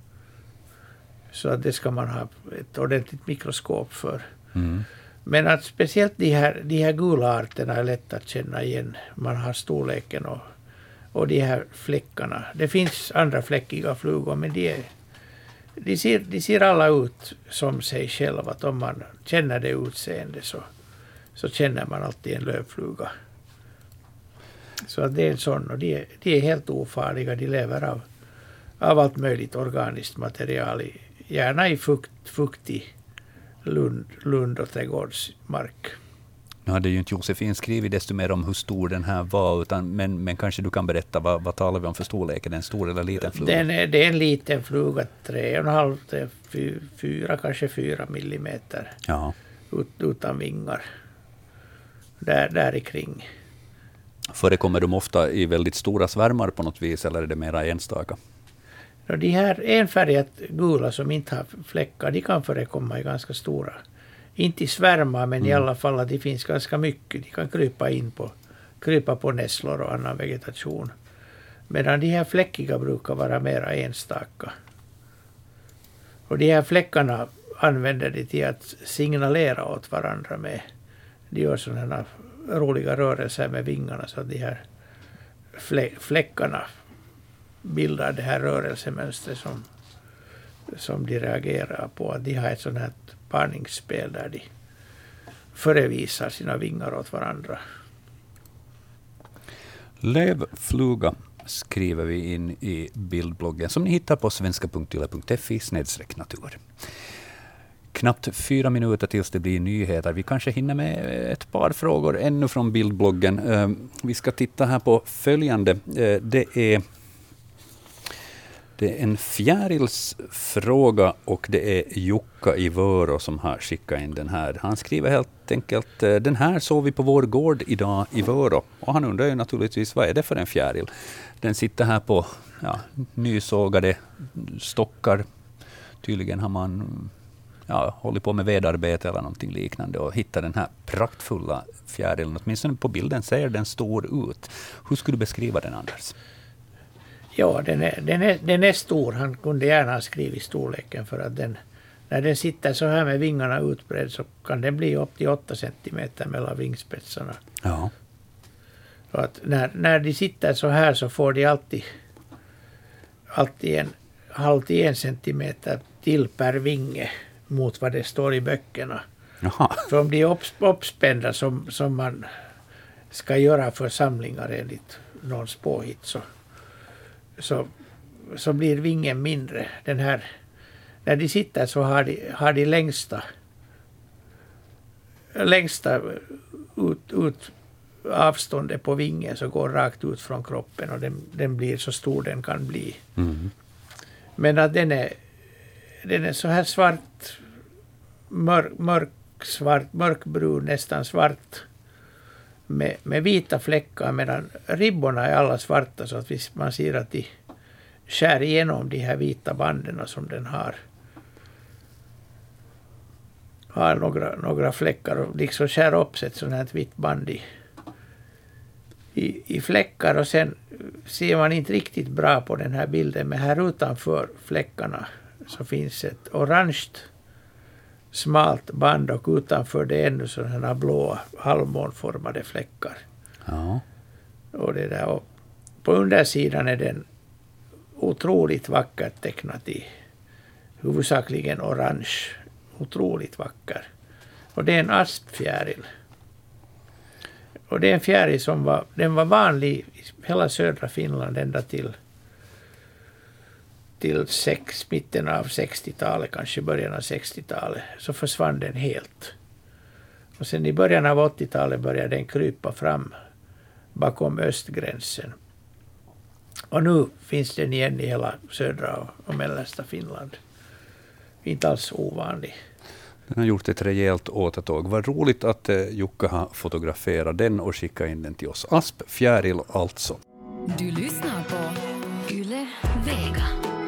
Så att det ska man ha ett ordentligt mikroskop för. Mm. Men att speciellt de här, de här gula arterna är lätt att känna igen. Man har storleken och Och de här fläckarna. Det finns andra fläckiga flugor, men de, är, de, ser, de ser alla ut som sig själva. Att om man känner det utseende så, så känner man alltid en lövfluga. Så att det är en sån, och de är, de är helt ofarliga. De lever av, av allt möjligt organiskt material, i, gärna i fukt, fuktig lund, lund och trädgårdsmark. Nu hade ju inte Josefin skrivit desto mer om hur stor den här var, utan, men, men kanske du kan berätta vad, vad talar vi om för storlek? Är det en stor eller liten fluga? Den är, det är en liten fluga, tre och en halv till fy, fyra, kanske fyra millimeter Ja. ut, utan vingar. Där, där i kring. Förekommer de ofta i väldigt stora svärmar på något vis, eller är det mera enstaka? Och de här enfärgat gula som inte har fläckar, de kan förekomma i ganska stora. Inte i svärmar, men mm. i alla fall att det finns ganska mycket. De kan krypa in på, krypa på nässlor och annan vegetation. Medan de här fläckiga brukar vara mera enstaka. Och de här fläckarna använder de till att signalera åt varandra med. De gör sådana roliga rörelser med vingarna så att de här fläckarna bildar det här rörelsemönstret som, som de reagerar på. De har ett sådant här parningsspel där de förevisar sina vingar åt varandra. Lövfluga skriver vi in i bildbloggen som ni hittar på svenska punkt yle punkt fi snedstreck natur. Knappt fyra minuter tills det blir nyheter. Vi kanske hinner med ett par frågor ännu från bildbloggen. Vi ska titta här på följande. Det är Det är en fjärilsfråga och det är Jukka i Vörå som har skickat in den här. Han skriver helt enkelt, den här såg vi på vår gård idag i Vörå. Och han undrar ju naturligtvis, vad är det för en fjäril? Den sitter här på ja, nysågade stockar. Tydligen har man ja, hållit på med vedarbete eller någonting liknande och hittat den här praktfulla fjärilen. Åtminstone på bilden ser den stor ut. Hur skulle du beskriva den, Anders? Ja, den är, den, är, den är stor. Han kunde gärna ha skrivit storleken för att den, när den sitter så här med vingarna utbredd så kan den bli upp till åtta centimeter mellan vingspetsarna. Ja. Och att när, när de sitter så här så får de alltid, alltid en halv till en centimeter till per vinge mot vad det står i böckerna. Jaha. För om de är upps, uppspända som, som man ska göra för samlingar enligt någons påhitt så Så, så blir vingen mindre. Den här, när de sitter så har de, har de längsta, längsta ut, ut avståndet på vingen så går rakt ut från kroppen och den, den blir så stor den kan bli. Mm. Men att den är, den är så här svart, mörk, mörk svart, mörkbrun, nästan svart med, med vita fläckar medan ribborna är alla svarta så att man ser att de skär igenom de här vita banden som den har. Har några, några fläckar och liksom skär upp sig ett sådant här vitt band i, i, i fläckar och sen ser man inte riktigt bra på den här bilden men här utanför fläckarna så finns ett orange smalt band och utanför det är ännu sådana här blåa halvmånformade fläckar. Ja. Och det där, och på undersidan är den otroligt vackert tecknat i huvudsakligen orange. Otroligt vacker. Och det är en aspfjäril. Och det är en fjäril som var, den var vanlig i hela södra Finland ända till till sex, mitten av sextiotalet, kanske början av sextiotalet, så försvann den helt. Och sen i början av åttiotalet började den krypa fram bakom östgränsen. Och nu finns den igen i hela södra och, och mellersta Finland. Inte alls ovanlig. Den har gjort ett rejält återtåg. Vad roligt att eh, Jukka har fotograferat den och skickat in den till oss. Asp, fjäril alltså. Du lyssnar på Yle Vega.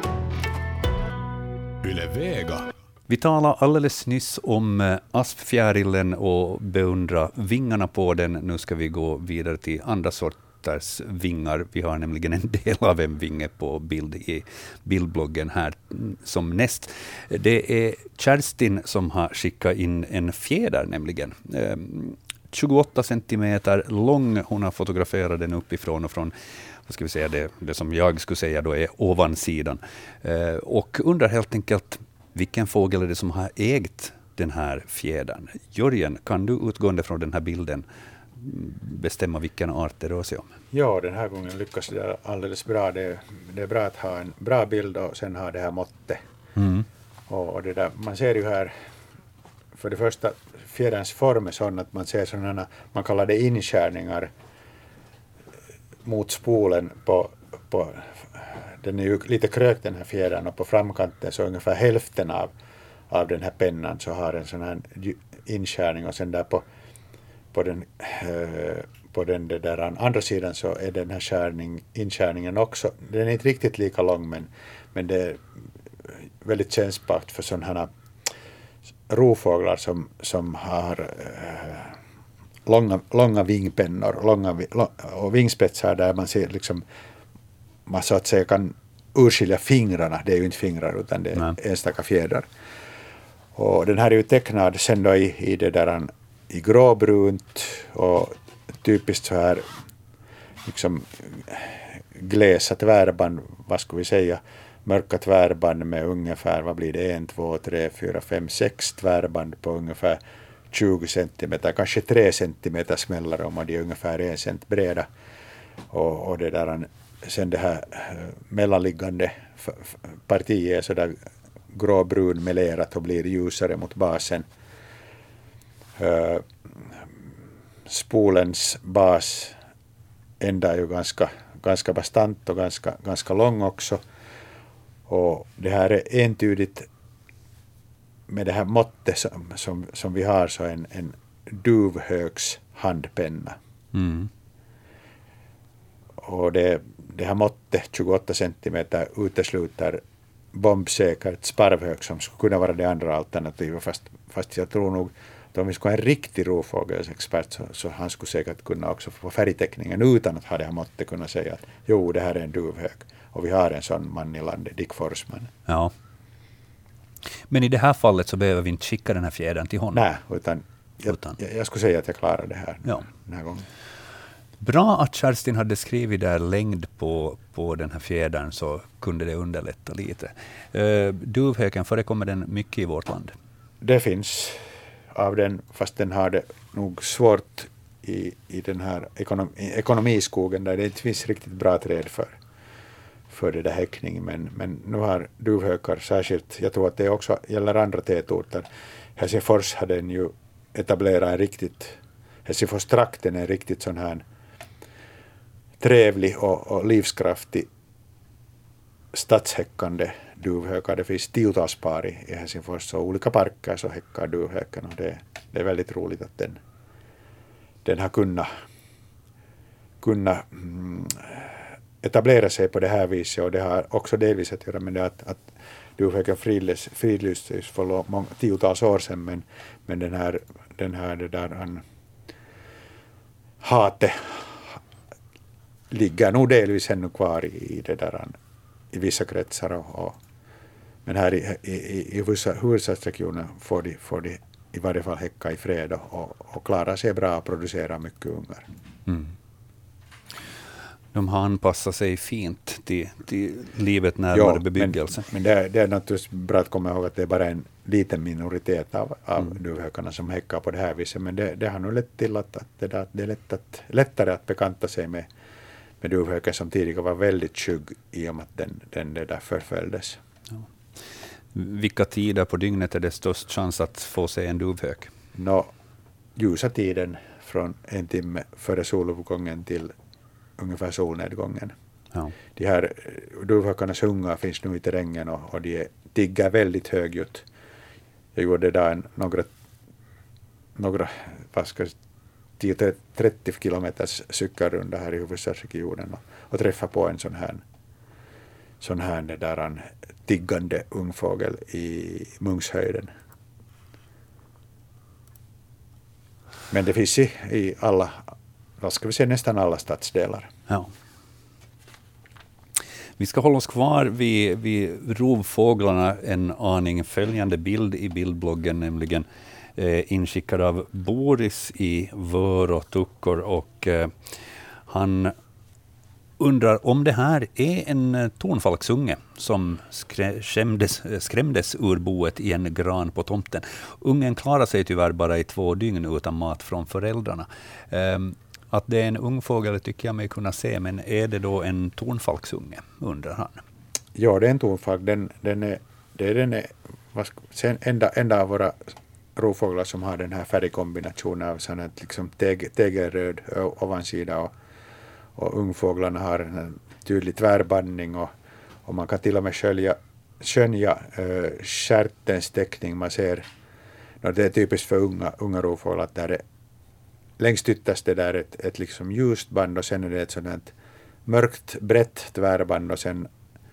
Yle Vega. Vi talade alldeles nyss om eh, aspfjärilen och beundra vingarna på den. Nu ska vi gå vidare till andra sorters vingar. Vi har nämligen en del av en vinge på bild i bildbloggen här som näst. Det är Kerstin som har skickat in en fjäder nämligen. Eh, tjugoåtta centimeter lång. Hon har fotograferat den uppifrån och från, vad ska vi säga, det, det som jag skulle säga då är ovansidan. Eh, och undrar helt enkelt vilken fågel är det som har ägt den här fjädern. Jörgen, kan du utgående från den här bilden bestämma vilken art det rör sig om? Ja, den här gången lyckas det alldeles bra. Det, det är bra att ha en bra bild och sen ha det här måttet. Mm. Och det där, man ser ju här, för det första, fjäderns form är sån att man ser sådana, man kallar det inskärningar mot spolen på, på den är ju lite krökt den här fjädern och på framkanten så ungefär hälften av, av den här pennan så har en sån här inskärning och sen där på, på den, eh, på den där andra sidan så är den här skärning, inskärningen också, den är inte riktigt lika lång men, men det är väldigt känsligt för sådana här rovfåglar som, som har eh, långa, långa vingpennor långa, och vingspetsar där man ser liksom man så att säga kan urskilja fingrarna. Det är ju inte fingrar utan det är Nej. enstaka fjädrar. Och den här är ju tecknad sen då i, i det där i gråbrunt och typiskt så här liksom gläsa tvärband, vad ska vi säga, mörka tvärband med ungefär, vad blir det, en, två, tre, fyra, fem, sex tvärband på ungefär tjugo centimeter, kanske tre centimeter mellanrum och de är ungefär en cent breda. Och, och det där sen det här mellanliggande partiet är så där gråbrun melerat och blir ljusare mot basen. Uh, spolens bas ända är ju ganska, ganska bastant och ganska, ganska lång också. Och det här är entydigt med det här måttet som, som, som vi har, så en, en duvhöks handpenna. Mm. Och det, det här måttet tjugoåtta centimeter utesluter bombsäkert sparvhök som skulle kunna vara det andra alternativet, fast, fast jag tror nog att om vi skulle ha en riktig rovfågelsexpert så, så han skulle säkert kunna också få färgteckningen utan att ha det här måttet kunna säga att jo, det här är en duvhök. Och vi har en sån man i landet, Dick Forsman. Ja. Men i det här fallet så behöver vi inte skicka den här fjädern till honom. Nej, utan jag, Utan. jag, jag skulle säga att jag klarar det här Ja. den här gången. Bra att Kerstin hade skrivit där längd på, på den här fjädern, så kunde det underlätta lite. Uh, duvhöken, förekommer den mycket i vårt land? Det finns av den, fast den har det nog svårt i, i den här ekonom, ekonomiskogen där det inte finns riktigt bra träd för, för det där häckning. Men, men nu har duvhökar särskilt, jag tror att det också gäller andra tätorter. Helsingfors hade den ju etablerat en riktigt, Helsingfors-trakten är en riktigt sån här trevlig och, och livskraftig stadshäckande duvhökar. Det finns tiotals par i, i Helsingfors och olika parker så häckar duvhöken, och det, det är väldigt roligt att den, den har kunnat, kunnat mm, etablera sig på det här viset, och det har också delvis att göra med det att, att duvhöken fridlystes för många, tiotals år sedan, men, men den här, den här det där han, hate ligger nog delvis ännu kvar i det där i vissa kretsar, och, och, men här i, i, i vissa huvudstadsregioner får de, får de i varje fall häcka i fred och, och klara sig bra och producera mycket ungar. Mm. De har anpassat sig fint till, till livet närmare ja, bebyggelse. Men, men det, är, det är naturligtvis bra att komma ihåg att det är bara en liten minoritet av, av mm. duvhökarna som häckar på det här viset, men det, det har nog lett till att, att, det, där, det är lätt att, lättare att bekanta sig med med duvhöken som tidigare var väldigt skygg i och med att den, den det där förföljdes. Ja. Vilka tider på dygnet är det störst chans att få se en duvhök? Nå, ljusa tiden från en timme före soluppgången till ungefär solnedgången. Ja. De här duvhökarnas ungar finns nu i terrängen, och, och de tiggar väldigt högljutt. Jag gjorde där en, några, några vad ska jag tio till trettio kilometers cykelrunda här i huvudstadsregionen och, och träffa på en sån här, sån här där en tiggande ungfågel i Munkshöjden. Men det finns i, i alla, vad ska vi säga, nästan alla stadsdelar. Ja. Vi ska hålla oss kvar vid, vid rovfåglarna en aning. Följande bild i bildbloggen, nämligen eh, inskickad av Boris i Vörå Tukkor, och eh, han undrar om det här är en tornfalksunge som skrämdes, skrämdes ur boet i en gran på tomten. Ungen klarar sig tyvärr bara i två dygn utan mat från föräldrarna. Um, att det är en ung fågel tycker jag mig kunna se, men är det då en tornfalksunge, undrar han. Ja, det är en tornfalk. Den, den är, det är den är, vad ska, sen enda, enda av våra rovfåglar som har den här färgkombinationen av sån här, liksom teg, tegelröd ovansida, och Och ungfåglarna har en tydlig tvärbandning, och, och man kan till och med skölja, skönja äh, stjärtens teckning. Man ser, no, det är typiskt för unga, unga rovfåglar, att där är, längst ytterst där är ett, ett liksom ljust band, och sen är det ett sådant mörkt brett tvärband, och sen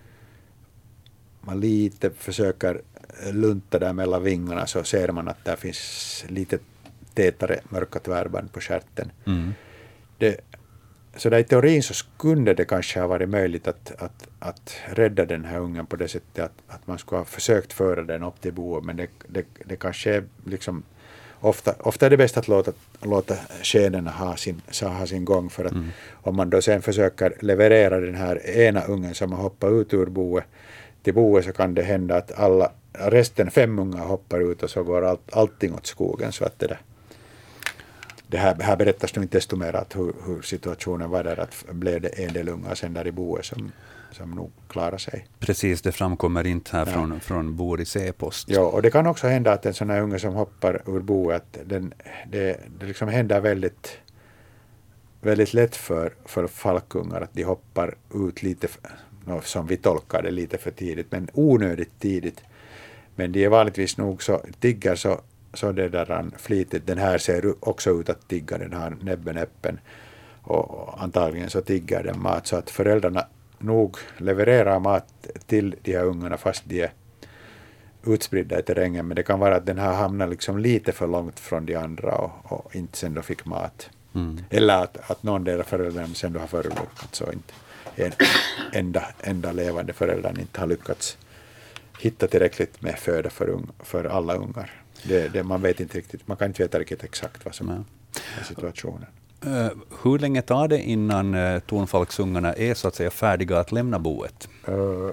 man lite försöker lunta där mellan vingarna, så ser man att där finns lite tätare mörka tvärband på stjärten. Mm. Det Så där i teorin så skulle det kanske ha varit möjligt att, att, att rädda den här ungen på det sättet att, att man skulle ha försökt föra den upp till boet, men det, det, det kanske är liksom ofta, ofta är det bäst att låta, låta skenorna ha sin, ha sin gång, för att mm. om man då sen försöker leverera den här ena ungen som har hoppat ut ur boet till boet, så kan det hända att alla, resten fem ungar hoppar ut, och så går allt, allting åt skogen, så att det där Det här, här berättas nu inte desto mer att hur, hur situationen var där, att blev det en del unga sen där i boet som, som nog klarar sig. Precis, det framkommer inte här ja. från, från Boris e-post. Ja, och det kan också hända att en sån här unge som hoppar ur boet, att den, det, det liksom händer väldigt, väldigt lätt för, för falkungar att de hoppar ut lite, som vi tolkar det lite för tidigt, men onödigt tidigt. Men de är vanligtvis nog så, tigger så, så det där flitigt. Den här ser också ut att tigga, den har näbben öppen. Och antagligen så tigger den mat, så att föräldrarna nog levererar mat till de här ungarna fast de är utspridda i terrängen. Men det kan vara att den har hamnat liksom lite för långt från de andra och, och inte sen då fick mat. Mm. Eller att, att någon del av föräldrarna sen då har förolyckats, så inte en enda, enda levande föräldern inte har lyckats hitta tillräckligt med föda för, un, för alla ungar. Det, det, man vet inte riktigt, man kan inte veta riktigt exakt vad som är situationen. Uh, hur länge tar det innan uh, tonfalksungarna är så att säga färdiga att lämna boet? Uh,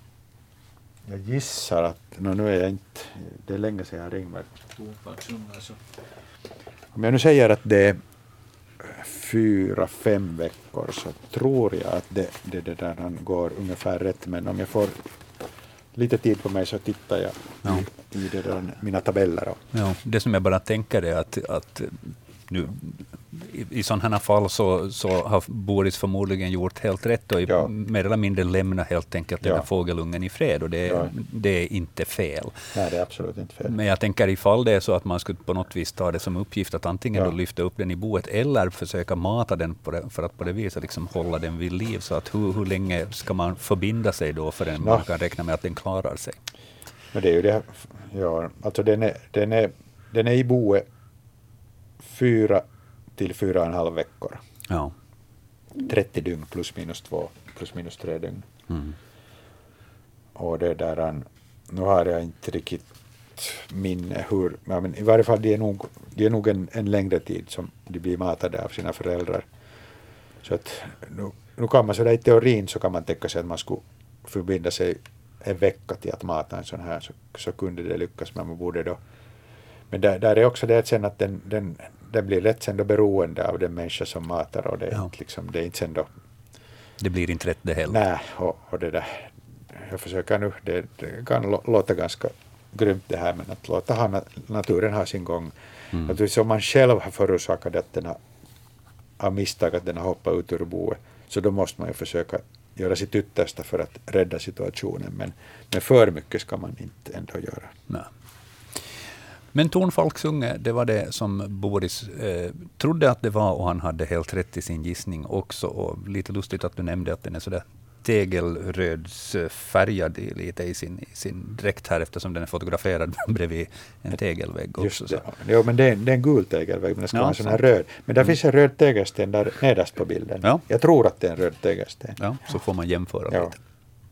jag gissar att, no, nu är jag inte, det är länge sedan jag ringde. Så. Om jag nu säger att det är fyra, fem veckor, så tror jag att det, det, det där han går ungefär rätt. Men om jag får lite tid på mig så tittar jag ja. i, i det där, mina tabeller. Ja, det som jag bara tänker är att, att nu, i, i sådana fall så, så har Boris förmodligen gjort helt rätt och ja. mer eller mindre lämna helt enkelt ja. den här fågelungen i fred, och det, ja. det är inte fel. Nej, det är absolut inte fel. Men jag tänker ifall det är så att man skulle på något vis ta det som uppgift att antingen ja. då lyfta upp den i boet eller försöka mata den på det, för att på det viset liksom hålla den vid liv, så att hur, hur länge ska man förbinda sig då för en man kan räkna med att den klarar sig? Men det är ju det här, ja, alltså den är, den är, den är i boet fyra till fyra och en halv veckor. Ja. trettio dygn plus minus två, plus minus tre dygn. Mm. Och det där, nu har jag inte riktigt minne hur, ja, men i varje fall det är nog, det är nog en, en längre tid som de blir matade av sina föräldrar. Så att nu, nu kan man sådär i teorin så kan man tänka sig att man skulle förbinda sig en vecka till att mata en sån här, så, så kunde det lyckas, men man borde då. Men där, där är också det att sen att den, den, den blir lätt sen då beroende av den människa som matar, och det är, ja. inte, liksom, det är inte sen då. Det blir inte rätt det heller. Nej, och, och det där, jag försöker nu, det, det kan låta ganska grymt det här, men att låta ha, naturen ha sin gång. Mm. Att om man själv har förorsakat att den har, av misstag att den har hoppat ut ur boet, så då måste man ju försöka göra sitt yttersta för att rädda situationen, men, men för mycket ska man inte ändå göra. Nej. Men tonfalksunge, det var det som Boris eh, trodde att det var, och han hade helt rätt i sin gissning också. Och lite lustigt att du nämnde att den är sådär tegelrödsfärgad i, lite i sin, i sin dräkt här, eftersom den är fotograferad bredvid en tegelvägg också. Just det. Jo, men det är, det är en gul tegelvägg, men det ska ja, vara en sån här röd. Men där mm. finns en röd tegelsten där nederst på bilden. Ja. Jag tror att det är en röd tegelsten. Ja, så får man jämföra ja. lite.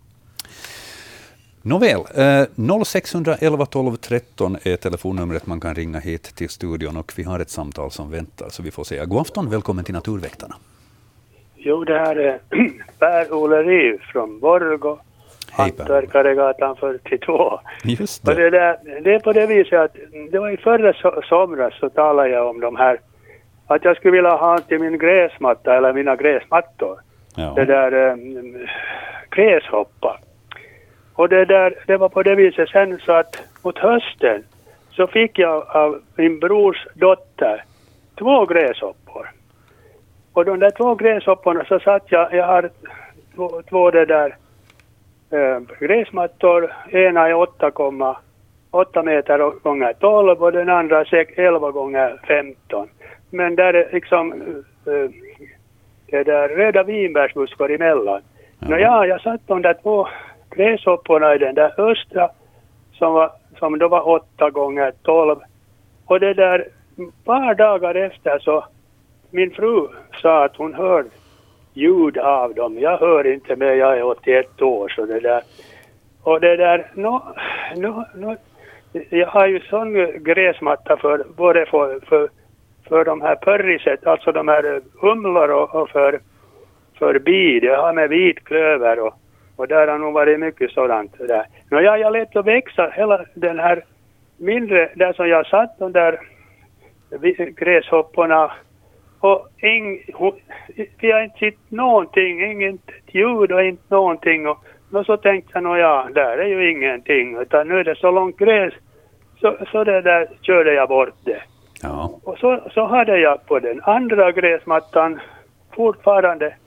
Nåväl, eh, noll sex ett ett tolv tretton är telefonnumret man kan ringa hit till studion, och vi har ett samtal som väntar, så vi får säga god afton, välkommen till Naturväktarna. Jo, det här är Per-Olle Riv från Borgå, Hantverkaregatan fyrtiotvå. Just det. Och det, där, det är på det viset att det var i förra so- somras så talade jag om de här, att jag skulle vilja ha till min gräsmatta eller mina gräsmattor. Ja. Det där um, gräshoppa. Och det, där, det var på det viset sen så att mot hösten så fick jag av min brors dotter två gräshoppor. Och de där två gräshopporna så satt jag, jag har två, två det där äh, gräsmattor. Ena är åtta komma åtta meter gånger tolv och den andra är elva gånger femton. Men där är liksom äh, det där röda vinbärsbuskar emellan. Ja. Nå ja, jag satt de där två gräshopporna i den där östra som, var, som då var åtta gånger tolv. Och det där par dagar efter så min fru sa att hon hör ljud av dem. Jag hör inte mer, jag är åttioett år så det där. Och det där, no, no, no, jag har ju sån gräsmatta för både för, för, för de här pörriset, alltså de här humlor och, och för, för bid. Jag har med vitklöver och Och där har nog varit mycket sådant där. Nå ja, jag lät att växa hela den här mindre, där som jag satt, de där gräshopporna. Och ing, vi har inte sett någonting, inget ljud och inte någonting. Och, och så tänkte jag, nå ja, där är ju ingenting. Utan nu är det så långt gräs, så, så det där körde jag bort det. Ja. Och så, så hade jag på den andra gräsmattan fortfarande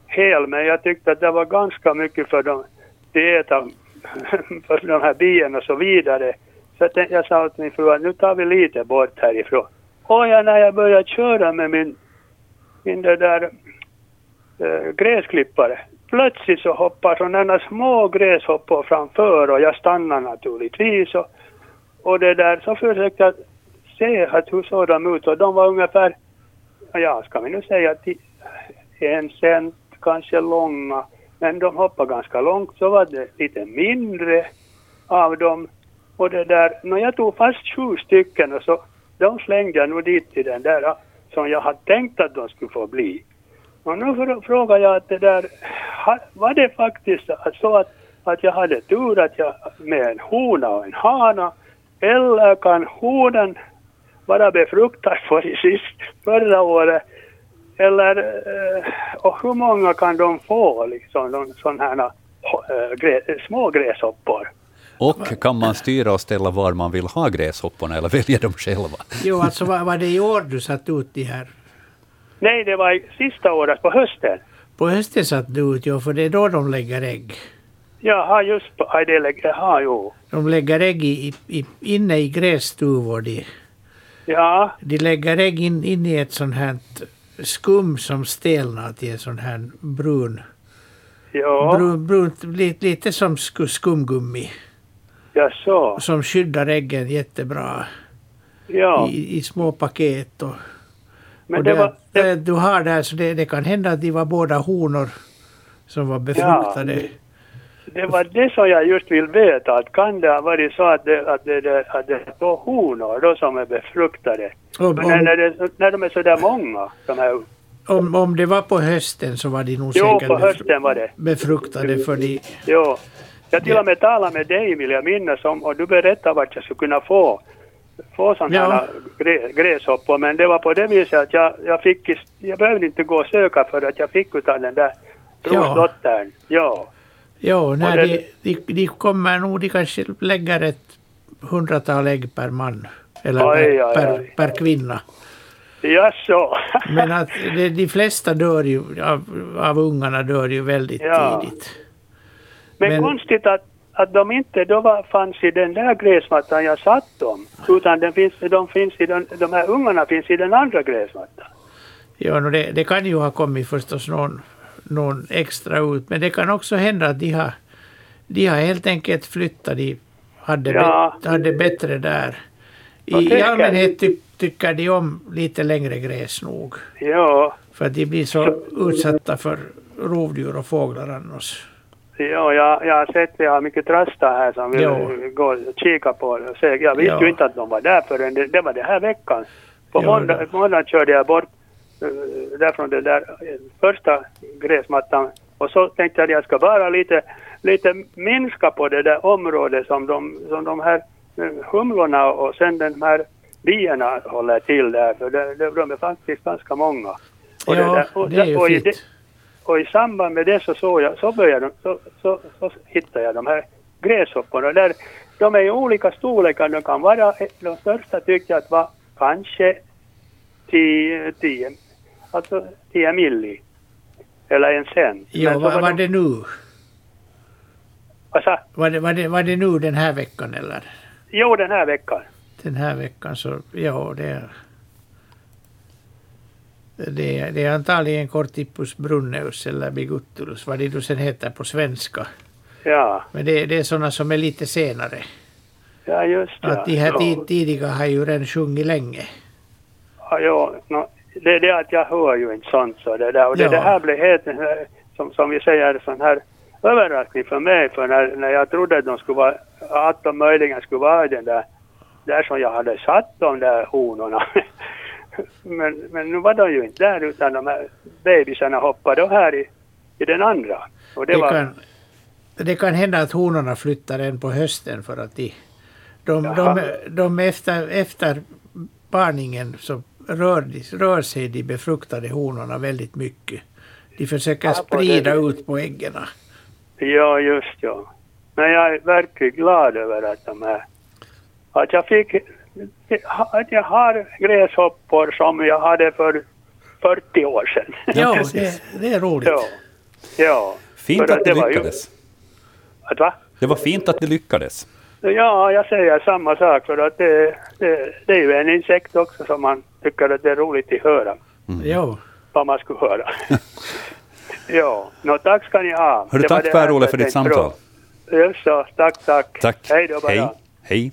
hel, men jag tyckte att det var ganska mycket för dem dieta för de här bierna och så vidare. Så jag, jag sa till min fru att nu tar vi lite bort härifrån. Och ja, när jag började köra med min, min det där äh, gräsklippare, plötsligt så hoppar sådana små gräshoppor framför och jag stannar naturligtvis. Och, och det där så försökte jag se att hur såg de ut och de var ungefär, ja ska vi nu säga en cent kanske långa, men de hoppade ganska långt, så var det lite mindre av dem. Och det där, när jag tog fast sju stycken och så de slängde jag nog dit till den där som jag hade tänkt att de skulle få bli. Och nu frågar jag att det där, var det faktiskt så att, att jag hade tur att jag med en hona och en hana, eller kan honan vara befruktad för i sist förra året, eller och hur många kan de få liksom sådana här äh, grä, små gräshoppor? Och kan man styra och ställa var man vill ha gräshopporna eller välja dem själva? Jo, alltså var, var det i år du satt ut de här? Nej, det var sista året på hösten. På hösten satt du ut, ja, för det är då de lägger ägg. Jaha, just på, aj, det lägger, jaha, jo. De lägger ägg i, i, inne i grässtuvor. De, ja. De lägger ägg in, in i ett sånt här skum som stelnar till en sån här brun. Ja. Brun, brunt, lite, lite som skumgummi. Ja, så. Som skyddar äggen jättebra. Ja. I, i små paket. Och, men och det, det, var, det, du har där, så det, det kan hända att de var båda honor som var befruktade. Ja, det, det var det som jag just vill veta. Att kan det ha varit så att det, att det, det, att det är två honor då som är befruktade? Om, men om, när, det, när de är så där många. De här, om, om det var på hösten så var de nog jo, säkert på hösten var det. befruktade. För de, jo. Jag till och med talade med dig, vill jag minnas om, och du berättade vart jag skulle kunna få, få sådana ja. här grä, gräshoppor. Men det var på det viset att jag, jag fick, jag behövde inte gå och söka för att jag fick utav den där brorsdottern. Ja. Ja, när det, de, de, de kommer nog, de kanske lägger ett hundratal ägg per man. Eller oj, per, oj, per, oj. per kvinna. Ja, så. Men att de, de flesta dör ju, av, av ungarna dör ju väldigt ja. tidigt. Men, Men konstigt att, att de inte då var, fanns i den där gräsmattan jag satt dem. Utan den finns, de, finns i den, de här ungarna finns i den andra gräsmattan. Ja, no, det, det kan ju ha kommit förstås någon, någon extra ut. Men det kan också hända att de har, de har helt enkelt flyttat. De hade, ja. bet, hade bättre där. I, i allmänhet ty, tycker de om lite längre gräs nog. Ja. För att de blir så, så utsatta för rovdjur och fåglar annars. Ja, jag, jag har sett, jag har mycket trastar här som vill jo. gå och kika på det. Så jag visste jo. ju inte att de var där förrän det, det var det här veckan. På måndag, måndag körde jag bort uh, därifrån den där uh, första gräsmattan. Och så tänkte jag att jag ska bara lite, lite minska på det där området som de, som de här uh, humlorna och sen de här bierna håller till där. För det, det, de är faktiskt ganska många. Och ja, det, där, och, det är ju och fint. I, Och i samband med det så, så, jag, så, började, så, så, så hittade jag de här gräshopporna. Där, de är i olika storlekar. De kan vara, de största tyckte jag att var kanske tio, tio, alltså tio milli. Eller en cent. Jo, vad var, var det nu? Vad sa? Var det, var, det, var det nu den här veckan eller? Jo, den här veckan. Den här veckan så, ja det är... Det, det är antagligen Cortipus brunneus eller bigutulus, vad det du sen heter på svenska. Ja. Men det, det är sådana som är lite senare. Ja, just det. Att de här tid, tidiga har ju redan sjungit länge. Ja, ja no, det är det att jag hör ju inte sånt så det där. Och det, ja. det här blev helt, som, som vi säger, sån här överraskning för mig. För när, när jag trodde att de skulle vara, att de möjligen skulle vara den där, där som jag hade satt de där honorna. Men, men nu var de ju inte där utan de här bebisarna hoppade här i, i den andra. Och det, det, var... kan, det kan hända att honorna flyttar en på hösten för att de, de, de, de efter, efter parningen så rör, rör sig de befruktade honorna väldigt mycket. De försöker ja, sprida det. ut på äggen. Ja, just ja. Men jag är verkligen glad över att de här, att jag fick att jag har gräshoppor som jag hade för fyrtio år sedan. Ja, det, det är roligt. Ja. Ja. Fint För att det var ju- lyckades. Att va? Det var fint att det lyckades. Ja, jag säger samma sak för att det, det, det är ju en insekt också som man tycker att det är roligt att höra. Jo. Vad man skulle höra. Ja, nå, tack ska ni ha. Hörru, Det var tack det Per-Olle här för jag ditt tänkte samtal. fråga. Just så, tack, tack. Tack. Hej då bara. Hej. Hej.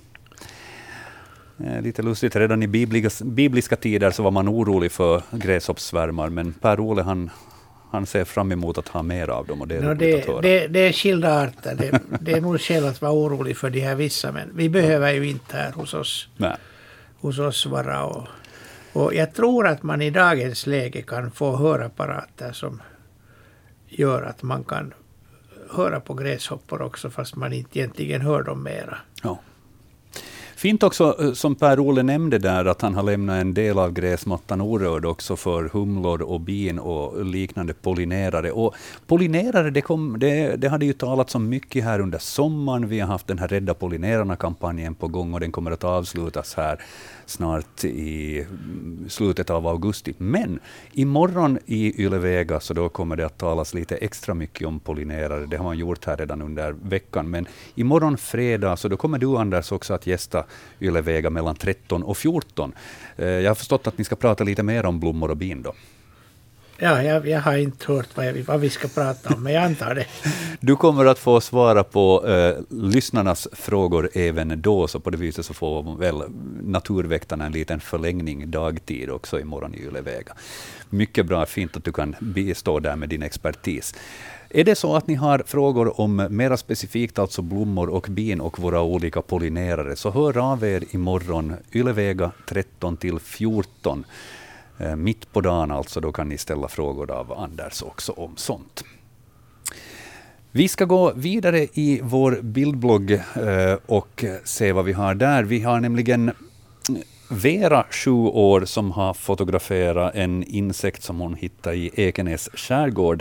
Eh, Lite lustigt, redan i bibliska, bibliska tider så var man orolig för gräshoppssvärmar, men Per-Olle han, han ser fram emot att ha mer av dem och det är No, roligt det, att höra. det, det är skilda arter. Det, det är nog skäl att vara orolig för de här vissa, men vi behöver ju inte här hos oss, Nej. hos oss vara. Och, och jag tror att man i dagens läge kan få hörapparater som gör att man kan höra på gräshoppor också, fast man inte egentligen hör dem mera. Ja. Fint också, som Per-Olle nämnde där, att han har lämnat en del av gräsmattan orörd också för humlor och bin och liknande pollinerare. Och pollinerare, det, kom, det, det hade ju talats om mycket här under sommaren. Vi har haft den här Rädda pollinerarna-kampanjen på gång och den kommer att avslutas här snart i slutet av augusti. Men imorgon i Ylevega så då kommer det att talas lite extra mycket om pollinerare. Det har man gjort här redan under veckan. Men imorgon fredag så då kommer du, Anders, också att gästa Ylevega mellan tretton och fjorton. Jag har förstått att ni ska prata lite mer om blommor och bin då. Ja, jag, jag har inte hört vad, jag, vad vi ska prata om, men jag antar det. Du kommer att få svara på eh, lyssnarnas frågor även då, så på det viset så får väl naturväktarna en liten förlängning dagtid också imorgon i Ylevega. Mycket bra, fint att du kan bistå där med din expertis. Är det så att ni har frågor om mera specifikt alltså blommor och bin och våra olika pollinerare, så hör av er imorgon Ylevega tretton till fjorton. Mitt på dagen alltså, då kan ni ställa frågor av Anders också om sånt. Vi ska gå vidare i vår bildblogg och se vad vi har där. Vi har nämligen Vera, sju år, som har fotograferat en insekt som hon hittade i Ekenäs skärgård.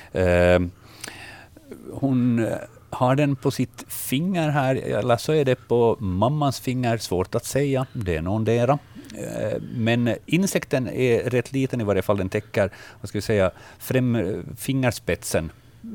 Hon har den på sitt finger här, eller så är det på mammans finger, svårt att säga, det är någondera. Men insekten är rätt liten i varje fall, den täcker, vad ska vi säga, fram fingerspetsen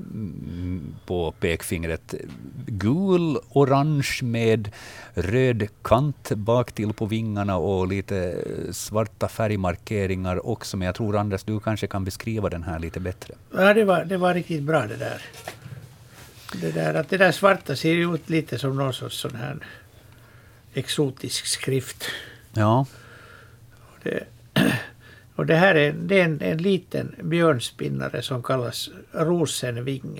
på pekfingret. Gul, orange med röd kant bak till på vingarna och lite svarta färgmarkeringar också. Men jag tror, Anders, du kanske kan beskriva den här lite bättre. Ja, det var, det var riktigt bra det där. Det där, att det där svarta ser ut lite som någon sorts sån här exotisk skrift. Ja. Och det, och det här är, det är en, en liten björnspinnare som kallas rosenvinge.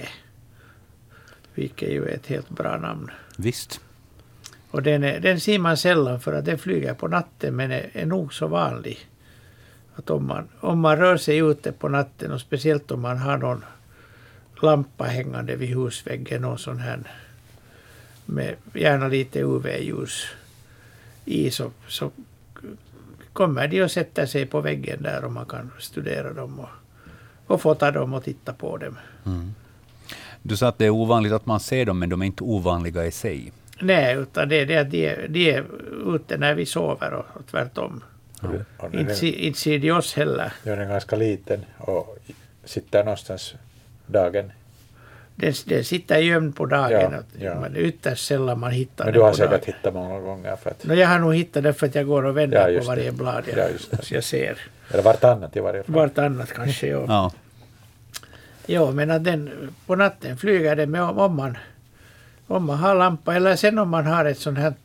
Vilket ju är ett helt bra namn. Visst. Och den, är, den ser man sällan för att den flyger på natten, men är, är nog så vanlig. Att om man, om man rör sig ute på natten, och speciellt om man har någon lampa hängande vid husväggen, och sån här med gärna lite U V-ljus i, så, så kommer de att sätta sig på väggen där och man kan studera dem och, och fota dem och titta på dem. Mm. Du sa att det är ovanligt att man ser dem, men de är inte ovanliga i sig. Nej, utan det är det att de är, de är ute när vi sover och, och tvärtom. Mm. Och Inte, den, se- inte ser de oss heller. den är ganska liten och sitter någonstans dagen. Den, den sitter gömd på dagen. Ja, Att, ja. Men det är ytterst sällan man hittar Men den du har på säkert dagen. hittat många gånger. För att, No, jag har nog hittat det för att jag går och vänder Ja, på just varje det. blad jag, Ja, just det. så jag ser. eller vartannat i varje fall. Vartannat kanske, ja. Ja. Jo, men att den, på natten flyger den med om, om, man, om man har lampa, eller sen om man har ett sånt här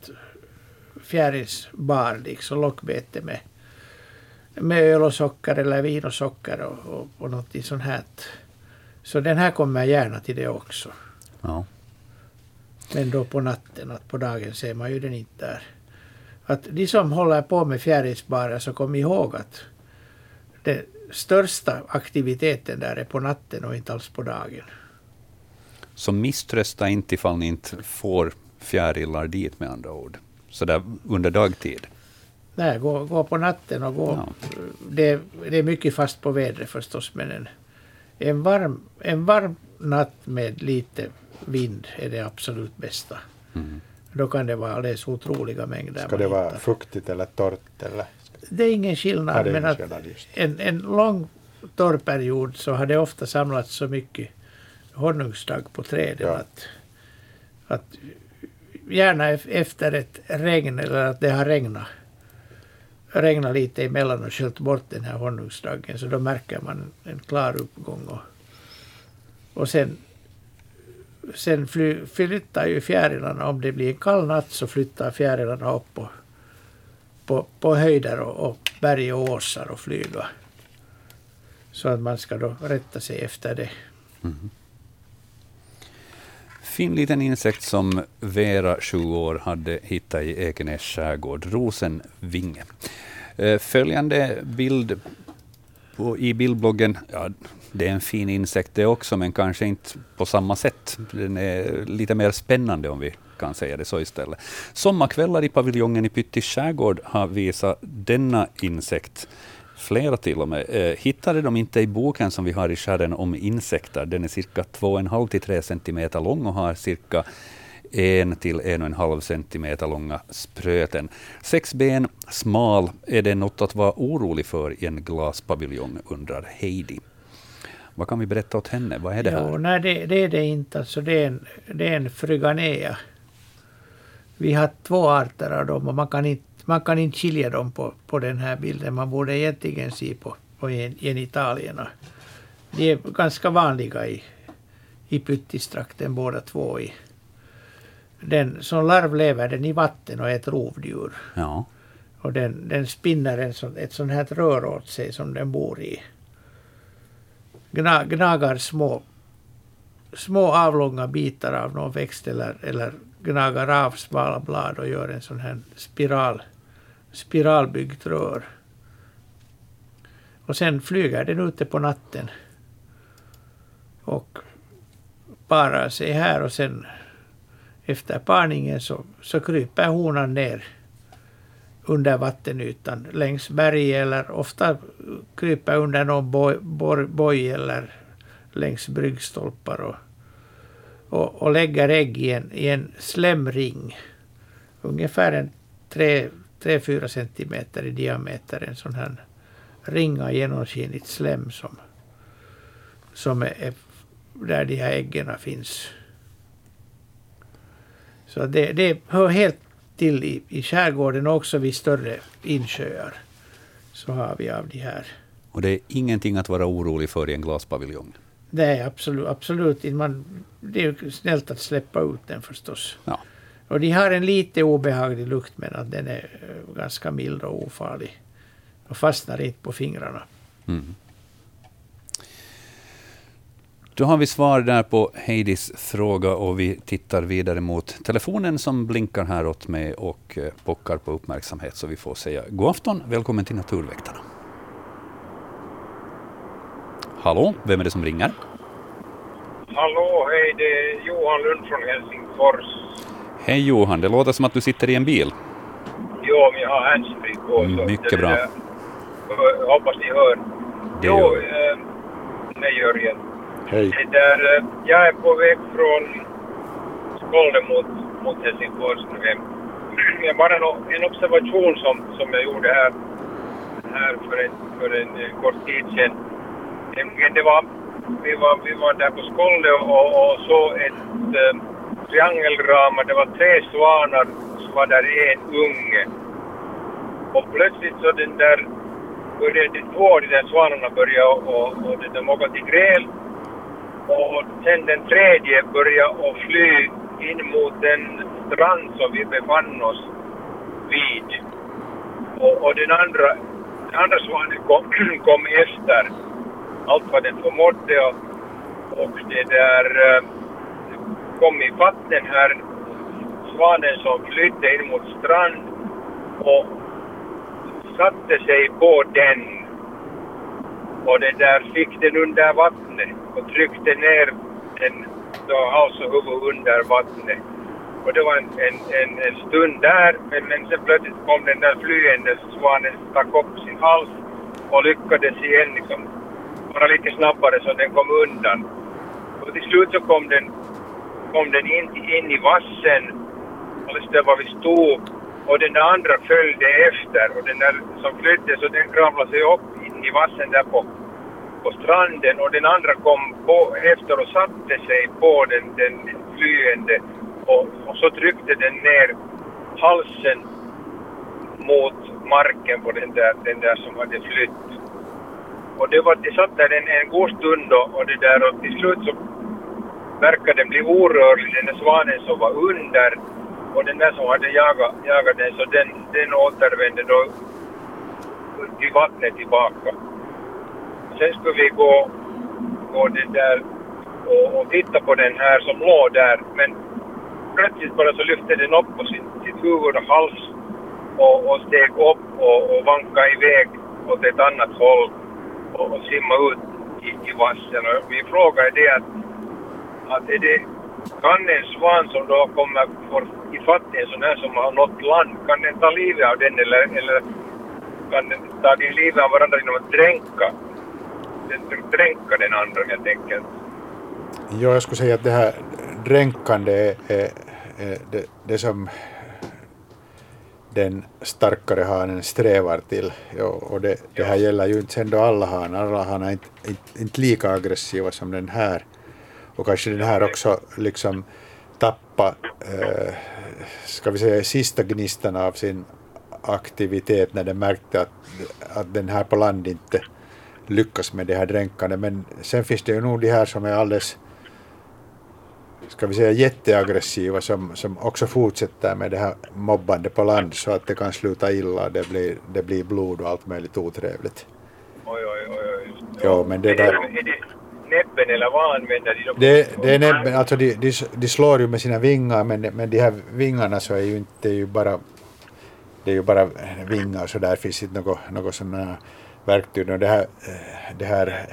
fjärilsbar, liksom lockbete med, med öl och socker eller vin och socker och, och, och något sånt här. Så den här kommer gärna till det också. Ja. Men då på natten, att på dagen ser man ju den inte där. Att de som håller på med fjärilsbarer, så kom ihåg att den största aktiviteten där är på natten och inte alls på dagen. Så misströsta inte ifall ni inte får fjärilar dit, med andra ord. Så där under dagtid. Nej, gå, gå på natten och gå. Ja. Det, det är mycket fast på vädret förstås, men en, en, varm, en varm natt med lite vind är det absolut bästa. Mm. Då kan det vara alldeles otroliga mängder. Ska man det vara hittar. fuktigt eller torrt? Eller? Det är ingen skillnad, Ja, det är men ingen att skillnad, just. en, en lång torrperiod så har det ofta samlats så mycket honungsstagg på träden Ja. att, att gärna efter ett regn eller att det har regnat regnat lite emellan och sköljt bort den här honungsstaggen, så då märker man en klar uppgång. Och, och sen, sen fly, flyttar ju fjärilarna, om det blir en kall natt så flyttar fjärilarna upp på, på, på höjder och, och berg och åsar och flyga. Så att man ska då rätta sig efter det. Mm. Fin liten insekt som Vera, sju år, hade hittat i Ekenäs skärgård, rosenvinge. Eh, följande bild på, i bildbloggen, ja, det är en fin insekt det också, men kanske inte på samma sätt. Den är lite mer spännande, om vi kan säga det så istället. Sommarkvällar i paviljongen i Pyttis skärgård har visat denna insekt. Flera till och med. Eh, hittade de inte i boken som vi har i skärden om insekter. Den är cirka två komma fem till tre centimeter lång och har cirka en till en och en halv centimeter långa spröten. Sex ben, smal. Är det något att vara orolig för i en glaspaviljong, undrar Heidi. Vad kan vi berätta åt henne? Vad är det här? Jo, nej, det, det är det inte. Alltså, det är en, det är en Phryganea. Vi har två arter av dem och man kan inte Man kan inte skilja dem på, på den här bilden. Man borde egentligen se på, på genitalierna. De är ganska vanliga i, i Pyttistrakten båda två. I. Den, som larv lever den i vatten och är ett rovdjur. Ja. Och den, den spinner en sån, ett sånt här rör åt sig som den bor i. Gna, gnagar små, små avlånga bitar av någon växt eller, eller gnagar av smala blad och gör en sån här spiral, spiralbyggt rör. Och sen flyger den ute på natten och parar sig här, och sen efter parningen så, så kryper honan ner under vattenytan längs berg, eller ofta kryper under någon boj, boj, boj eller längs bryggstolpar och Och, och lägger ägg i en, i en slemring. Ungefär en tre till fyra centimeter i diameter. En sån här ringa genomskinligt slem som, som är, är där de här äggen finns. Så det, det hör helt till i, i skärgården, också vid större insjöar. Så har vi av de här. Och det är ingenting att vara orolig för i en glaspaviljong? Det är absolut, absolut inte. Man, det är ju snällt att släppa ut den förstås. Ja. Och de har en lite obehaglig lukt, men att den är ganska mild och ofarlig. Och fastnar inte på fingrarna. Mm. Då har vi svar där på Heidis fråga och vi tittar vidare mot telefonen som blinkar här åt mig och pockar på uppmärksamhet, så vi får säga god afton, välkommen till Naturväktarna. Hallå, vem är det som ringer? Hallå, hej, det är Johan Lund från Helsingfors. Hej Johan, det låter som att du sitter i en bil. Jo, men jag har handsfree på. Mm, så mycket det, bra. Det, jag hoppas ni hör. Det jo, gör eh, nej Jörgen. Hej. Det där, eh, jag är på väg från Skålde mot, mot Helsingfors nu hem. Jag bara en, en observation som, som jag gjorde här, här för, en, för en, en kort tid sedan. Det var, vi, var, vi var där på Skålde och, och så ett eh, triangelrama. Det var tre svanar, så var där en unge. Och plötsligt så den där började två av de där svanarna började och, och den där många till gräl. Och sen den tredje började och fly in mot den strand som vi befann oss vid. Och, och den andra, den andra svanen kom, kom efter. Allt vad den förmådde och, och det där eh, kom i vatten här, svanen som flydde in mot strand och satte sig på den, och det där fick den under vattnet och tryckte ner den, då hals och huvud under vattnet. Och det var en, en, en, en stund där, men, men sen plötsligt kom den där flyende svanen, stack upp sin hals och lyckades igen liksom bara lite snabbare så den kom undan. Och till slut så kom den, kom den in, in i vassen, alldeles där var vi stod, och den andra följde efter, och den där som flydde så den kravlade sig upp in i vassen där på, på stranden och den andra kom på, efter och satte sig på den, den flyende och, och så tryckte den ner halsen mot marken på den där, den där som hade flytt. Och det var, det satt där en, en god stund då, och det där, och till slut så verkade den bli orörlig, den där svanen som var under, och den där som hade jagat, jagat den, så den, den återvände då till vattnet tillbaka. Sen skulle vi gå, gå det där och, och titta på den här som låg där, men plötsligt bara så lyfte den upp på sin, sitt huvud och hals och, och steg upp och, och vankade iväg åt ett annat håll och, och simma ut i, i vassen. Och min fråga är det att, att är det, kan en svan som då kommer för, i fatt en sån här som har nått land, kan den ta livet av den eller, eller kan den ta det livet av varandra genom att dränka, den, dränka den andra helt enkelt? Ja, jag skulle säga att det här dränkande är, är, är det, det som den starkare hanen strävar till. Ja, och det, det här gäller ju inte sen då alla hanar. Alla hanar är inte, inte, inte lika aggressiva som den här. Och kanske den här också liksom tappa, eh, ska vi säga, sista gnistan av sin aktivitet när den märkte att, att den här på land inte lyckas med det här dränkande. Men sen finns det ju nog de här som är alldeles, ska vi säga, jätteaggressiva som, som också fortsätter med det här mobbande på land så att det kan sluta illa, det blir, det blir blod och allt möjligt otrevligt. Oj, oj, oj, oj. Ja, men det är, det, där, är det näbben eller vad använder de? det, det är näbben, alltså de, de, de slår ju med sina vingar, men, men de här vingarna så är ju inte, det är ju bara, det är ju bara vingar, så där finns inte något, något sådana verktyg. Och det här, det här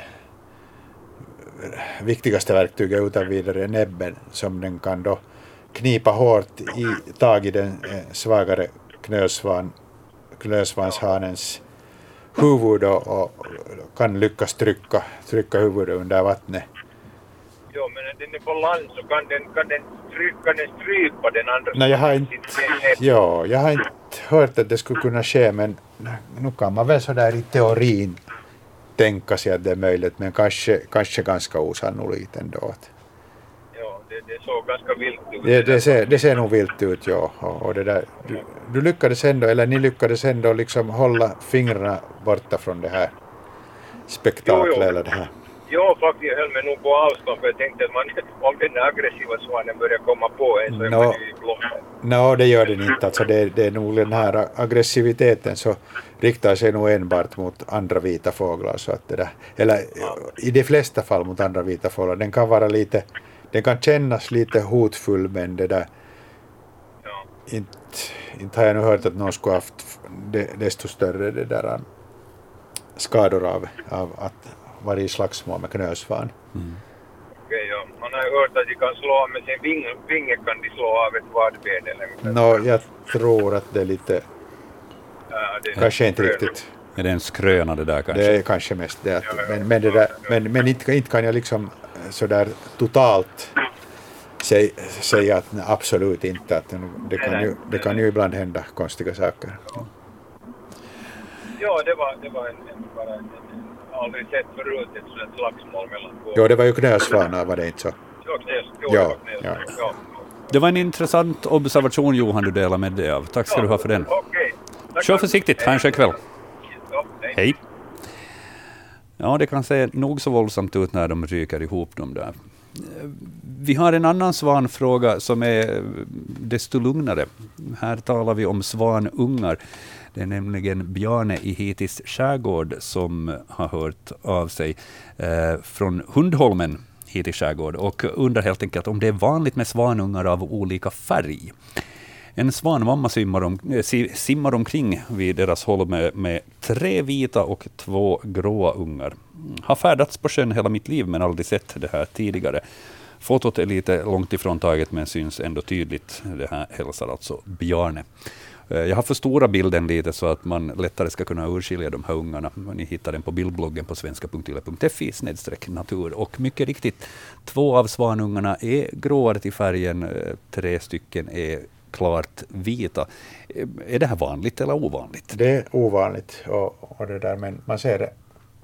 viktigaste verktyget utan vidare är näbben som den kan då knipa hårt i tag i den eh, svagare knölsvan, knölsvanshanens huvud och, och kan lyckas trycka, trycka huvudet under vattnet. Jo, men när den är på land så kan den, kan den, trycka, den strypa den andra. Nej, jag har inte, ja, jag har inte hört att det skulle kunna ske, men nu kan man väl så där i teorin tänka sig att det är möjligt, men kanske, kanske ganska osannolikt ändå. Ja, det, det såg ganska vilt ut. Det, det, ser, det ser nog vilt ut, ja. Och det där, du, du lyckades ändå, eller ni lyckades ändå liksom hålla fingrarna borta från det här spektaklet eller det här. Ja, faktiskt, jag höll mig nog på avstånd, för jag tänkte att man, om den aggressiva svanen börjar komma på en så är no, man ju blåst. No, det gör den inte. Alltså det, det är nog den här aggressiviteten så riktar sig nog enbart mot andra vita fåglar. Så att det där, eller ja. I de flesta fall mot andra vita fåglar. Den kan vara lite, den kan kännas lite hotfull, men det där, ja. inte, inte har jag nu hört att någon skulle haft desto större det där skador av, av att vara i slagsmål med knölsvan. Mm. Okej, ja. Man har ju hört att de kan slå av med sin vinge, vinge kan de slå av ett vadben eller något. No, jag tror att det är lite, ja, det är kanske inte riktigt. Är det en skröna det där kanske? Det är kanske mest det. Att, ja, ja, men, men, det där, men, men inte, inte kan jag liksom sådär totalt säg, säga att nej, absolut inte. Att det, kan ju, det kan ju ibland hända konstiga saker. Ja, ja det var, det var en, en, bara en, aldrig sett förut ett sådant slagsmål mellan två. Jo, det var ju knölsvanar, var det inte så? Jo, knäs, jo, ja, det var knäs, ja. ja. Det var en intressant observation, Johan, du delar med dig av. Tack ska ja, du ha för den. Okej. Okay. Kör försiktigt, ha en skön kväll. Ja, hej. Hej. Ja, det kan se nog så våldsamt ut när de ryker ihop dem där. Vi har en annan svanfråga som är desto lugnare. Här talar vi om svanungar. Det är nämligen Bjarne i Hitis skärgård som har hört av sig eh, från Hundholmen, Hitis skärgård, och undrar helt enkelt om det är vanligt med svanungar av olika färg. En svanmamma simmar, om, äh, simmar omkring vid deras håll med, med tre vita och två gråa ungar. Har färdats på sjön hela mitt liv men aldrig sett det här tidigare. Fotot är lite långt ifrån taget men syns ändå tydligt. Det här hälsar alltså Bjarne. Jag har förstorat bilden lite så att man lättare ska kunna urskilja de här ungarna. Ni hittar den på bildbloggen på svenska punkt yle punkt fi snedstreck natur. Och mycket riktigt, två av svanungarna är gråare till färgen, tre stycken är klart vita. Är det här vanligt eller ovanligt? Det är ovanligt, och, och det där, men man ser det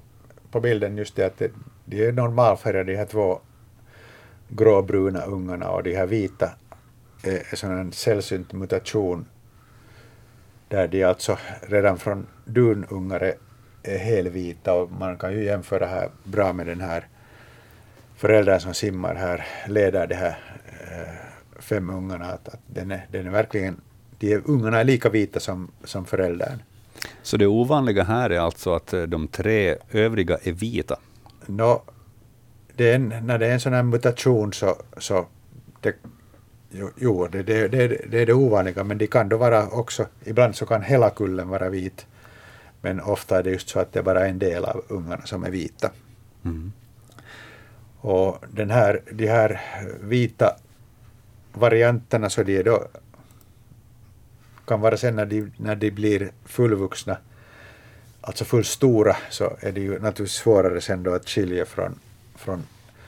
på bilden just det att det, de är normalfärgade, de här två gråbruna ungarna, och de här vita är, är sån en sällsynt mutation där de alltså redan från dunungar är, är helvita, och man kan ju jämföra här bra med den här föräldern som simmar här, leder de här eh, fem ungarna, att, att den, är, den är verkligen, de är, ungarna är lika vita som, som föräldern. Så det ovanliga här är alltså att de tre övriga är vita? No, det är, när det är en sån här mutation så, så det, jo, jo det, det, det, det är det ovanliga, men det kan då vara också, ibland så kan hela kullen vara vit, men ofta är det just så att det är bara en del av ungarna som är vita. Mm. Och den här, de här vita varianterna, så de är då, kan vara sen när de, när de blir fullvuxna, alltså fullstora, så är det ju naturligtvis svårare sen då att skilja från, från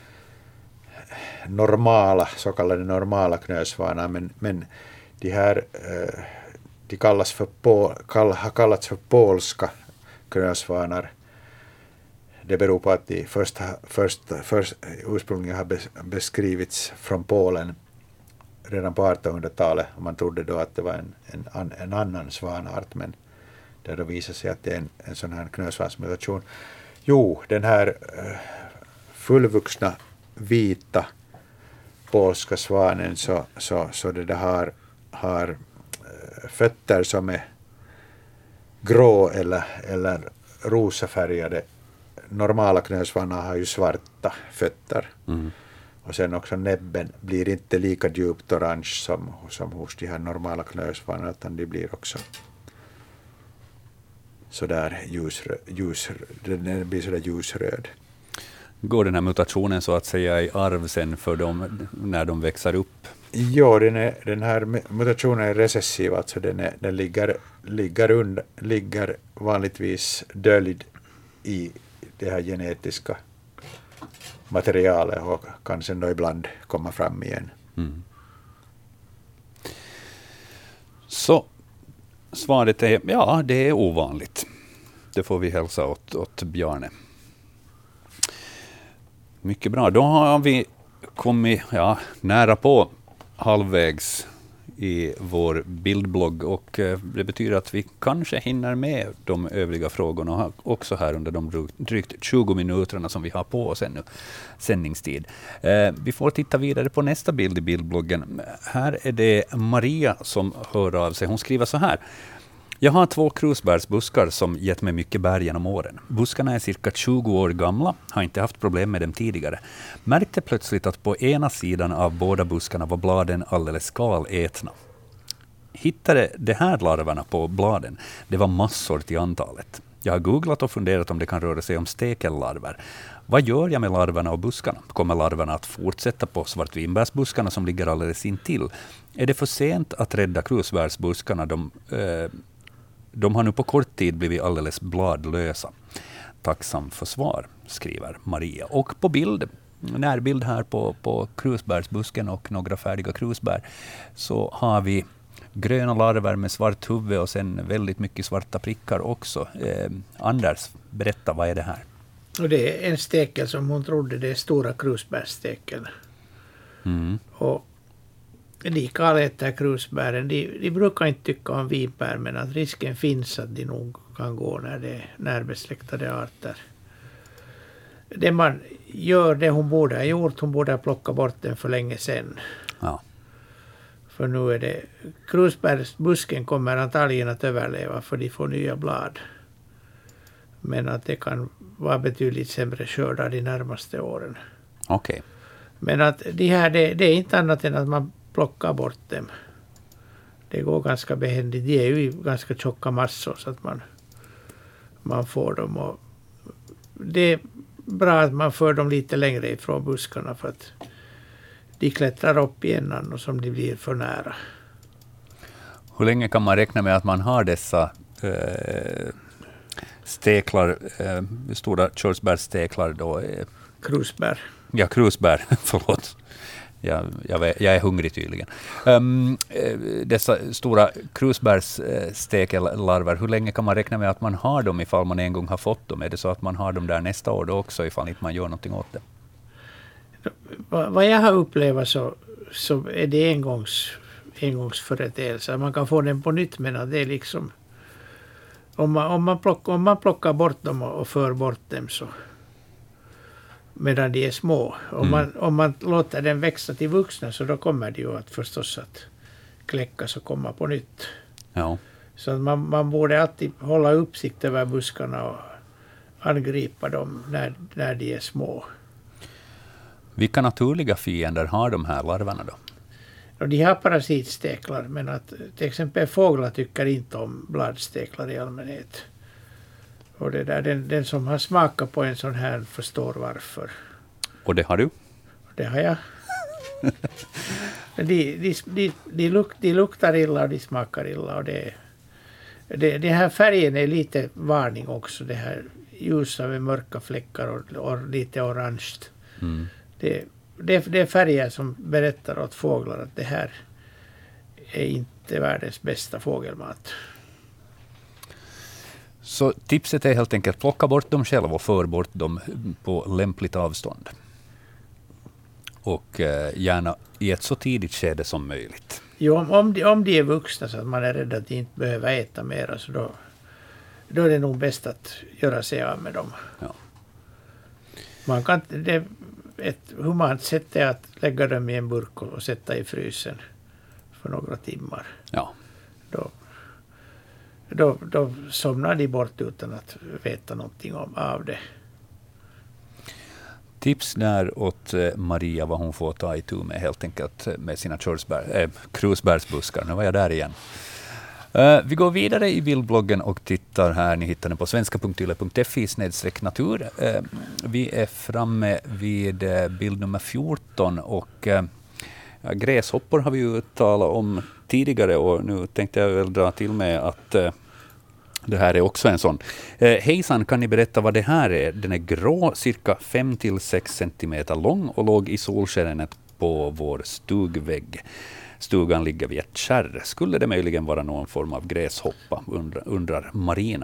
normala, så kallade normala knölsvanar, men, men de här eh, de kallas för pol, kall, har kallats för polska knölsvanar. Det beror på att de först, först, först ursprungligen har beskrivits från Polen redan på artonhundratalet, och man trodde då att det var en, en, en annan svanart, men det då visar sig att det är en, en sån här knölsvansmutation. Jo, den här uh, fullvuxna vita polska svanen, så, så, så det där har, har uh, fötter som är grå eller, eller rosafärgade. Normala knölsvanar har ju svarta fötter. Mm. Och sen också näbben blir inte lika djupt orange som, som hos de här normala knölsvanarna, utan de blir också sådär ljusröd, ljus, den blir sådär ljusröd. Går den här mutationen så att säga i arv sen för dem när de växer upp? Ja, den, är, den här mutationen är recessiv, alltså den, är, den ligger, ligger, under, ligger vanligtvis döljd i det här genetiska materialet och kan sen då ibland komma fram igen. Mm. Så svaret är ja, det är ovanligt. Det får vi hälsa åt, åt Bjarne. Mycket bra. Då har vi kommit ja, nära på halvvägs i vår bildblogg, och det betyder att vi kanske hinner med de övriga frågorna också här under de drygt tjugo minuterna som vi har på oss ännu sändningstid. Eh, vi får titta vidare på nästa bild i bildbloggen. Här är det Maria som hör av sig. Hon skriver så här: jag har två krusbärsbuskar som gett mig mycket bär genom åren. Buskarna är cirka tjugo år gamla, har inte haft problem med dem tidigare. Märkte plötsligt att på ena sidan av båda buskarna var bladen alldeles skalätna. Hittade de här larverna på bladen. Det var massor till antalet. Jag har googlat och funderat om det kan röra sig om stekellarver. Vad gör jag med larverna och buskarna? Kommer larverna att fortsätta på svartvinbärsbuskarna som ligger alldeles intill? Är det för sent att rädda krusbärsbuskarna? De... Eh, De har nu på kort tid blivit alldeles bladlösa. Tacksam för svar, skriver Maria. Och på bild, närbild här på, på krusbärsbusken och några färdiga krusbär, så har vi gröna larver med svart huvud och sen väldigt mycket svarta prickar också. Eh, Anders, berätta, vad är det här? Och det är en stekel som hon trodde, det är stora krusbärstekel. Mm. Och de kaläter krusbären, de, de brukar inte tycka om vinbär, men att risken finns att de nog kan gå när det är närbesläktade arter. Det man gör, det hon borde ha gjort, hon borde ha plockat bort den för länge sedan. Ja. För nu är det, krusbärsbusken kommer antagligen att överleva för de får nya blad. Men att det kan vara betydligt sämre skördar de närmaste åren. Okej. Okay. Men att de här, det, det är inte annat än att man plocka bort dem. Det går ganska behändigt. De är ju ganska tjocka massor så att man, man får dem. Och det är bra att man för dem lite längre ifrån buskarna för att de klättrar upp igen och som de blir för nära. Hur länge kan man räkna med att man har dessa eh, steklar, eh, stora körsbärssteklar då? Eh, krusbär. Ja, krusbär, förlåt. Jag, jag, jag är hungrig tydligen. Um, dessa stora krusbärsstekellarver, hur länge kan man räkna med att man har dem ifall man en gång har fått dem? Är det så att man har dem där nästa år då också ifall inte man gör någonting åt det? Vad jag har upplevt så, så är det engångs, engångsföreteelse. Man kan få den på nytt, men det är liksom om man, om man, plockar, om man plockar bort dem och, och för bort dem så medan de är små. Om, mm. man, om man låter den växa till vuxna så då kommer de ju att förstås att kläckas och komma på nytt. Ja. Så att man, man borde alltid hålla uppsikt över buskarna och angripa dem när, när de är små. Vilka naturliga fiender har de här larverna då? Och de har parasitsteklar, men att till exempel fåglar tycker inte om bladsteklar i allmänhet. Och det där, den, den som har smakat på en sån här förstår varför. Och det har du? Det har jag. de, de, de, de, luk, de luktar illa och de smakar illa. Och det, det, det här färgen är lite varning också. Det här ljusa med mörka fläckar och, och lite orange. Mm. Det, det, det är färger som berättar åt fåglar att det här är inte världens bästa fågelmat. Så tipset är helt enkelt plocka bort dem själv och för bort dem på lämpligt avstånd. Och eh, gärna i ett så tidigt skede som möjligt. Jo, om, om, de, om de är vuxna så att man är rädd att de inte behöver äta mer, så då, då är det nog bäst att göra sig av med dem. Ja. Man kan, det, ett humant sätt är att lägga dem i en burk och sätta i frysen för några timmar. Ja. Då, då, då somnar de bort utan att veta någonting om, av det. Tips där åt Maria vad hon får ta itu med helt enkelt med sina körsbär, äh, krusbärsbuskar. Nu var jag där igen. Uh, vi går vidare i bildbloggen och tittar här. Ni hittar den på svenska punkt yle punkt fi snedstreck natur. Uh, vi är framme vid uh, bild nummer fjorton och uh, ja, gräshoppor har vi ju talat om tidigare och nu tänkte jag väl dra till med att uh, det här är också en sån. Uh, hejsan, kan ni berätta vad det här är? Den är grå, cirka fem till sex centimeter lång och låg i solskenet på vår stugvägg. Stugan ligger vid ett kärr. Skulle det möjligen vara någon form av gräshoppa, undrar, undrar Marina.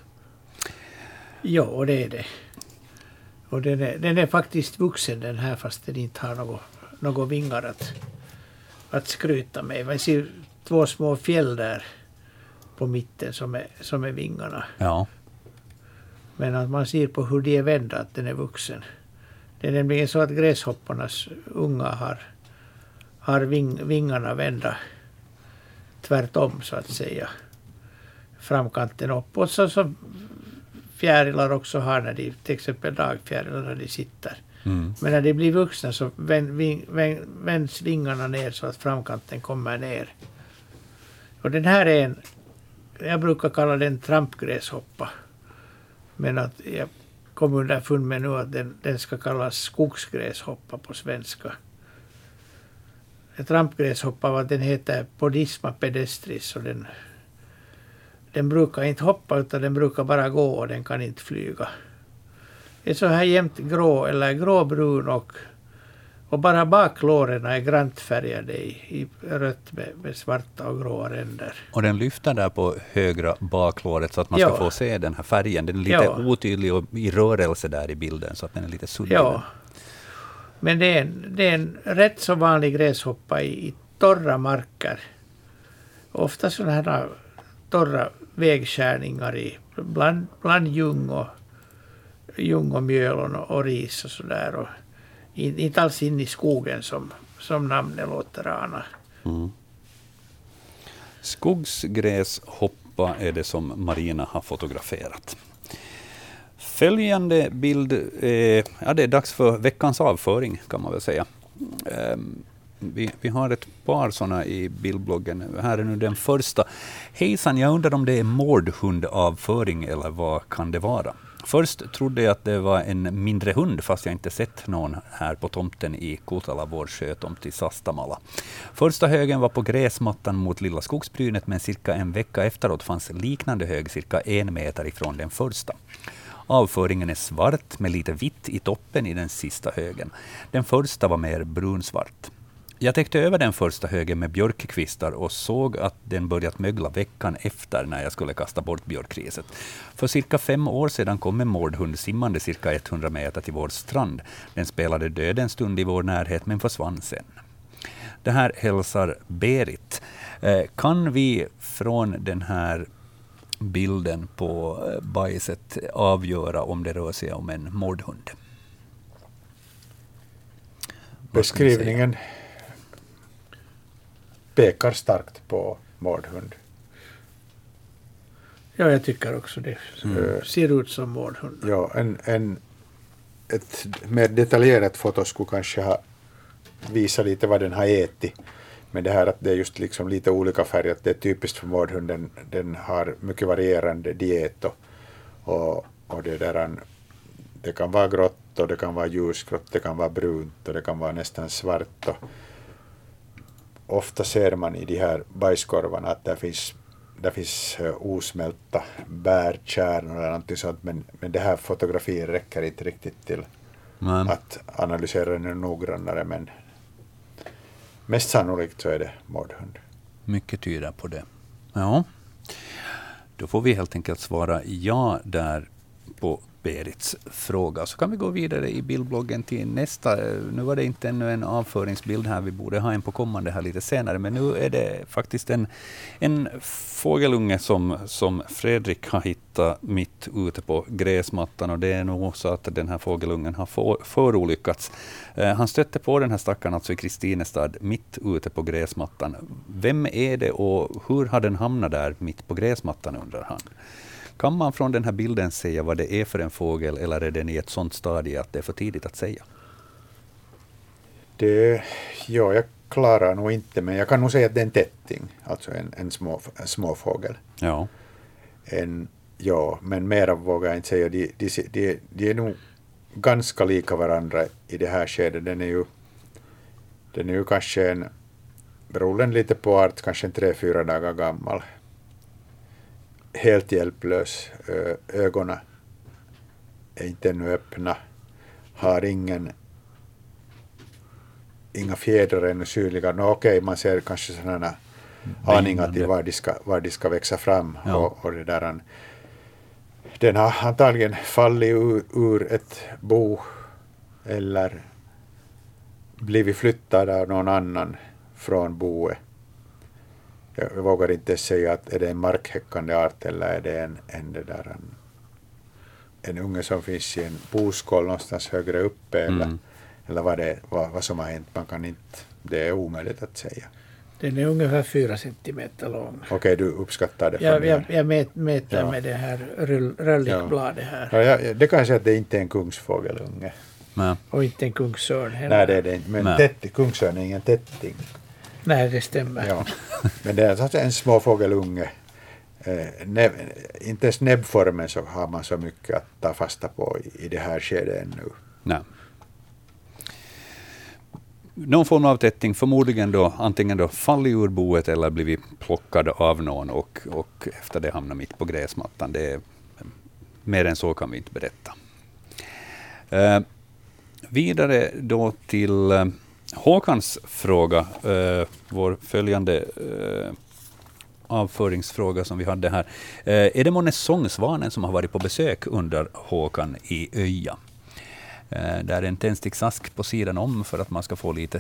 Ja, det är det. Och den är, den är faktiskt vuxen den här, fast den inte har något, något vingar att, att skryta med. Man ser två små fjäll där på mitten som är, som är vingarna. Ja. Men att man ser på hur de är vända att den är vuxen. Det är nämligen så att gräshopparnas unga har har ving, vingarna vända tvärtom så att säga, framkanten upp. Och så som fjärilar också har när de, till exempel dagfjärilar när de sitter. Mm. Men när de blir vuxna så vänd, ving, vänd, vänds vingarna ner så att framkanten kommer ner. Och den här är en, jag brukar kalla den trampgräshoppa. Men att jag kom underfund med nu att den, den ska kallas skogsgräshoppa på svenska. Ett trampgräshoppa, vad den heter, Podisma pedestris, och den, den brukar inte hoppa utan den brukar bara gå och den kan inte flyga. Det är så här jämnt grå eller gråbrun och, och bara baklåren är grant färgade i, i rött med, med svarta och gråa ränder. Och den lyfter där på högra baklåret så att man ja. ska få se den här färgen. Den är lite ja. otydlig och i rörelse där i bilden så att den är lite suddig. Ja. Men det är, en, det är en rätt så vanlig gräshoppa i, i torra marker. Ofta sådana här torra vägskärningar i bland, bland ljung och, ljung och mjöl och, och ris och sådär. Och in, inte alls in i skogen som, som namnet låter ana. Mm. Skogsgräshoppa är det som Marina har fotograferat. Följande bild, eh, ja, det är dags för veckans avföring kan man väl säga. Eh, vi, vi har ett par sådana i bildbloggen. Här är nu den första. Hejsan, jag undrar om det är mårdhundavföring eller vad kan det vara? Först trodde jag att det var en mindre hund fast jag inte sett någon här på tomten i Kotala, vår sjötomt i Sastamala. Första högen var på gräsmattan mot lilla skogsbrynet men cirka en vecka efteråt fanns liknande hög cirka en meter ifrån den första. Avföringen är svart med lite vitt i toppen i den sista högen. Den första var mer brunsvart. Jag täckte över den första högen med björkkvistar och såg att den börjat mögla veckan efter när jag skulle kasta bort björkriset. För cirka fem år sedan kom en mårdhund simmande cirka hundra meter till vår strand. Den spelade död en stund i vår närhet men försvann sen. Det här hälsar Berit. Eh, kan vi från den här bilden på bajset avgöra om det rör sig om en mårdhund? Beskrivningen pekar starkt på mårdhund. Ja, jag tycker också det. Mm. Ser ut som mårdhund. Ja, en, en, ett mer detaljerat foto skulle kanske ha visat lite vad den har ätit. Men det här att det är just liksom lite olika färger, att det är typiskt för mårdhunden. Den har mycket varierande diet och, och, och det där, det kan vara grått och det kan vara ljusgrått, det kan vara brunt och det kan vara nästan svart. Och ofta ser man i de här bajskorvarna att där finns, där finns osmälta bärkärnor eller någonting sånt, men, men det här fotografiet räcker inte riktigt till mm. att analysera den noggrannare, men mest sannolikt så är det mårdhund. Mycket tyder på det. Ja, då får vi helt enkelt svara ja där på Berits fråga. Så kan vi gå vidare i bildbloggen till nästa. Nu var det inte ännu en avföringsbild här. Vi borde ha en på kommande här lite senare. Men nu är det faktiskt en, en fågelunge som, som Fredrik har hittat mitt ute på gräsmattan. Och det är nog så att den här fågelungen har för, förolyckats. Eh, han stötte på den här stackaren alltså i Kristinestad mitt ute på gräsmattan. Vem är det och hur har den hamnat där mitt på gräsmattan, undrar han. Kan man från den här bilden säga vad det är för en fågel, eller är den i ett sånt stadie att det är för tidigt att säga? Det, ja, jag klarar nog inte, men jag kan nog säga att det är en tätting, alltså en, en, små, en småfågel. Ja. En, ja, men mera vågar jag inte säga. De, de, de, de är nog ganska lika varandra i det här skedet. Den är ju, den är ju kanske en, beroende lite på art, kanske en tre, fyra dagar gammal. Helt hjälplös. Ögonen är inte ännu öppna. Har ingen inga fjädrar ännu syrliga. No, okej, okay, man ser kanske sådana aningar till var de ska, var de ska växa fram. Ja. Och, och det där, den har antagligen fallit ur, ur ett bo eller blivit flyttad av någon annan från boet. Jag vågar inte säga att är det en markhäckande art eller är det en, en, det där, en, en unge som finns i en boskål någonstans högre uppe mm. eller, eller vad, det, vad, vad som har hänt. Man kan inte, det är omöjligt att säga. Den är ungefär fyra centimeter lång. Okej, okay, du uppskattar det. Jag, jag, jag mät, mäter ja. med det här röllikbladet här. Ja, ja, det kan säga att det inte är en kungsfågelunge. Nej. Och inte en kungsörn heller. Nej, det är det inte. Men tätt, kungsörn är ingen tätting. Nej, det stämmer. Ja. Men det är alltså en småfågelunge. Eh, näbb, inte ens näbbformen så har man så mycket att ta fasta på i, i det här skedet ännu. Nej. Någon form av tätting, förmodligen då antingen då fallit ur boet eller blivit plockad av någon och, och efter det hamnar mitt på gräsmattan. Det är, mer än så kan vi inte berätta. Eh, vidare då till eh, Håkans fråga, eh, vår följande eh, avföringsfråga som vi hade här. Eh, är det månne sångsvanen som har varit på besök under Håkan i Öja? Eh, där är en tändsticksask på sidan om för att man ska få lite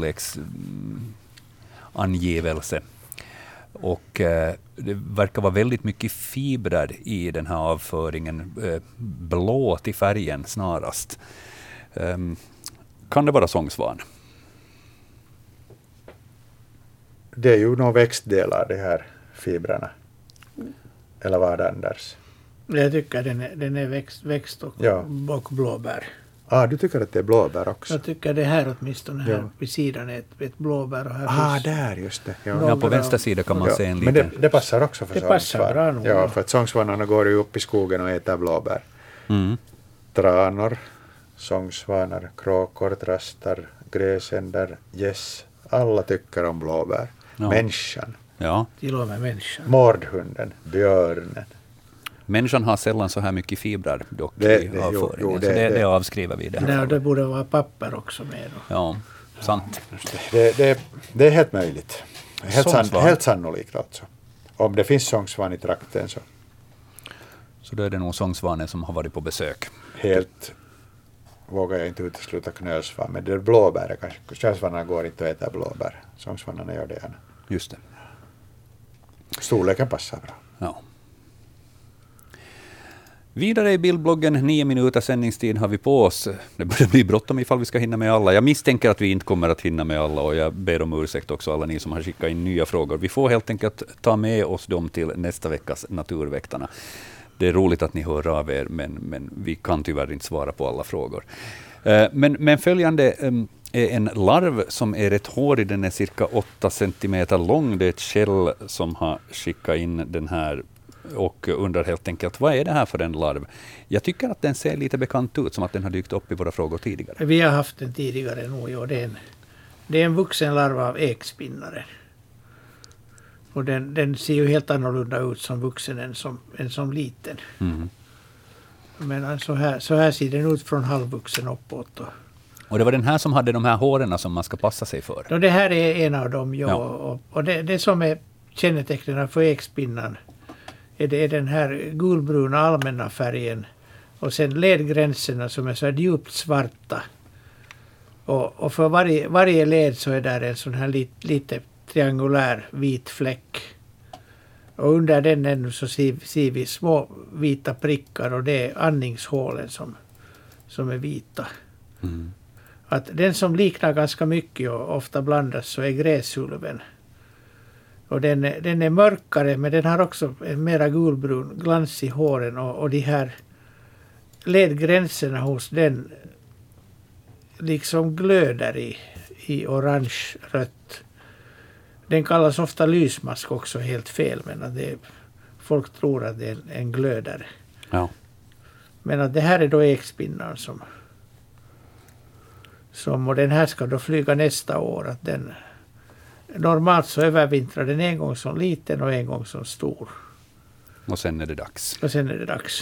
storleksangivelse. Mm, och eh, det verkar vara väldigt mycket fibrer i den här avföringen. Eh, blå till färgen snarast. Eh, kan det vara sångsvan? Det är ju några växtdelar, de här fibrerna. Eller vad är det, Anders? Jag tycker den är, den är växt, växt och, ja. och blåbär. Ah, du tycker att det är blåbär också? Jag tycker det här åtminstone här ja. vid sidan är ett, ett blåbär. Och här ah, där just det. Ja. ja, på vänster sida kan man ja. se en liten... Men det, det passar också för det passar bra nog. Ja, för att sångsvanarna går ju upp i skogen och äter blåbär. Mm. Tranor, sångsvanar, kråkor, trastar, gräsänder, gäss. Alla tycker om blåbär. Ja. Människan. Ja. Till och med människan. Mårdhunden, björnen. Människan har sällan så här mycket fibrer dock det, i det, avföringen. Jo, jo, så det, det, det, det avskriver vi. Det, det, det borde vara papper också med. Då. Ja. Sant. Det, det, det är helt möjligt. Helt, san, Sångsvan. helt sannolikt alltså. Om det finns sångsvan i trakten så. Så då är det nog sångsvanen som har varit på besök. Helt vågar jag inte utesluta knölsvan. Men det är blåbär kanske. Knölsvanarna går inte att äta blåbär. Sångsvanarna gör det gärna. Just det. Storleken passar bra. Ja. Vidare i bildbloggen, nio minuter sändningstid har vi på oss. Det börjar bli bråttom ifall vi ska hinna med alla. Jag misstänker att vi inte kommer att hinna med alla och jag ber om ursäkt också alla ni som har skickat in nya frågor. Vi får helt enkelt ta med oss dem till nästa veckas Naturväktarna. Det är roligt att ni hör av er, men, men vi kan tyvärr inte svara på alla frågor. Men, men följande är en larv som är rätt hårig. Den är cirka åtta centimeter lång. Det är ett Kjell som har skickat in den här och undrar helt enkelt, vad är det här för en larv? Jag tycker att den ser lite bekant ut, som att den har dykt upp i våra frågor tidigare. Vi har haft den tidigare nog, ja. Det är en, det är en vuxen larv av ekspinnare. Och den, den ser ju helt annorlunda ut som vuxen än som, än som liten. Mm. Men så här, så här ser den ut från halvvuxen uppåt. Och, och det var den här som hade de här håren som man ska passa sig för. och det här är en av dem, ja. Ja. Och, och det, det som är kännetecknen för ekspinnan är det är den här gulbruna allmänna färgen. Och sen ledgränserna som är så här djupt svarta. Och, och för varje, varje led så är där en sån här lit, lite triangulär vit fläck. Och under den ännu så ser, ser vi små vita prickar och det är andningshålen som, som är vita. Mm. Att den som liknar ganska mycket och ofta blandas så är gräsulven. Och den, är- den är mörkare men den har också en mera gulbrun glans i håren och, och de här ledgränserna hos den liksom glöder i, i orange-rött. Den kallas ofta lysmask också, helt fel, men att det, folk tror att det är en, en glödare. Ja. Men att det här är då ekspinnan som, som och den här ska då flyga nästa år. Att den, normalt så övervintrar den en gång som liten och en gång som stor. Och sen är det dags. Och sen är det dags.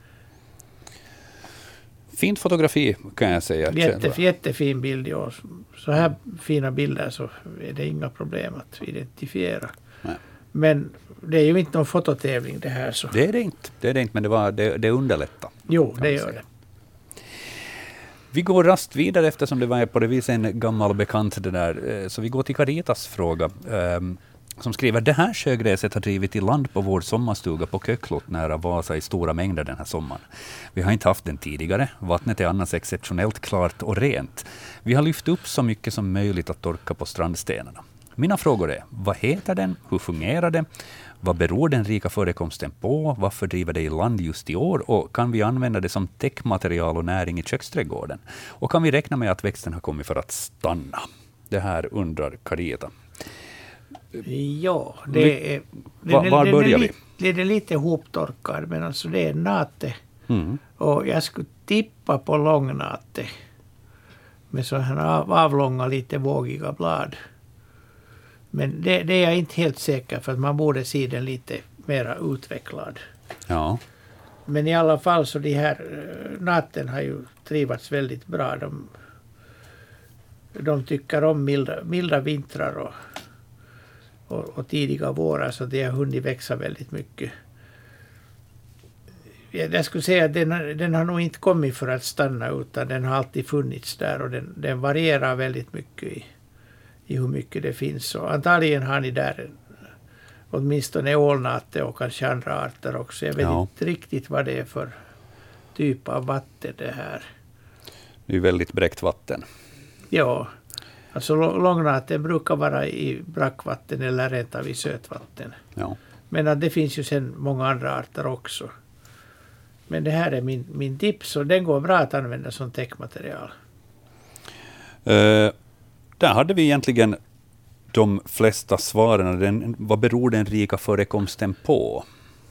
Fint fotografi kan jag säga. Jätte, jättefin bild. Ja. Så här fina bilder så är det inga problem att identifiera. Nej. Men det är ju inte någon fototävling det här. Så. Det är det inte, det är det inte men det, var, det, det underlättar. Jo, kan det man gör säga. det. Vi går rast vidare eftersom det var på det viset en gammal bekant det där. Så vi går till Caritas fråga. Um, som skriver, det här sjögräset har drivit i land på vår sommarstuga på Köklot nära Vasa i stora mängder den här sommaren. Vi har inte haft den tidigare. Vattnet är annars exceptionellt klart och rent. Vi har lyft upp så mycket som möjligt att torka på strandstenarna. Mina frågor är, vad heter den? Hur fungerar det? Vad beror den rika förekomsten på? Varför driver det i land just i år? Och kan vi använda det som täckmaterial och näring i köksträdgården? Och kan vi räkna med att växten har kommit för att stanna? Det här undrar Carita. Ja, det är, det, Var- var det, börjar det, vi? Det, det är lite hoptorkad, men alltså det är nate. Mm. Och jag skulle tippa på långnate. Med sådana här av, avlånga, lite vågiga blad. Men det, det är jag inte helt säker, för att man borde se den lite mera utvecklad. Ja. Men i alla fall så de här eh, naten har ju trivats väldigt bra. De, de tycker om milda, milda vintrar och, och, och tidiga vårar, så de har hunnit växa väldigt mycket. Jag jag skulle säga att den, har- den har nog inte kommit för att stanna, utan den har alltid funnits där och den, den varierar väldigt mycket i, i hur mycket det finns. Så antagligen har ni där en, åtminstone ålnate och kanske andra arter också. Jag vet Ja. inte riktigt vad det är för typ av vatten det här. Det är väldigt bräckt vatten. Ja, alltså lå- långnaten brukar vara i brackvatten eller rent av i sötvatten. Ja. Men att det finns ju sen många andra arter också. Men det här är min, min tips och den går bra att använda som täckmaterial. Eh, där hade vi egentligen de flesta svaren. Den, vad beror den rika förekomsten på?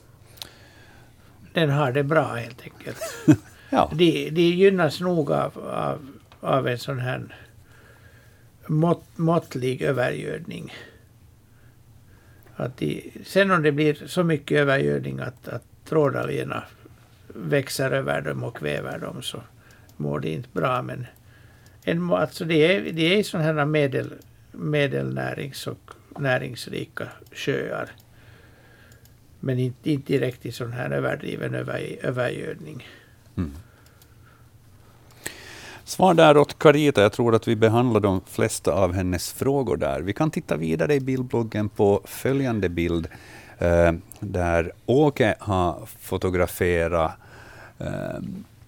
Den har det bra helt enkelt. Ja. De, de gynnas nog av, av, av en sån här mått, måttlig övergödning. Att de, sen om det blir så mycket övergödning att, att trådalgerna växer över dem och kväver dem, så mår det inte bra. Men En, alltså det är, det är sådana här medel, medelnärings- och näringsrika sjöar. Men inte, inte direkt i sån här överdriven över, övergödning. Mm. Svar där åt Carita. Jag tror att vi behandlar de flesta av hennes frågor där. Vi kan titta vidare i bildbloggen på följande bild eh, där Åke har fotograferat eh,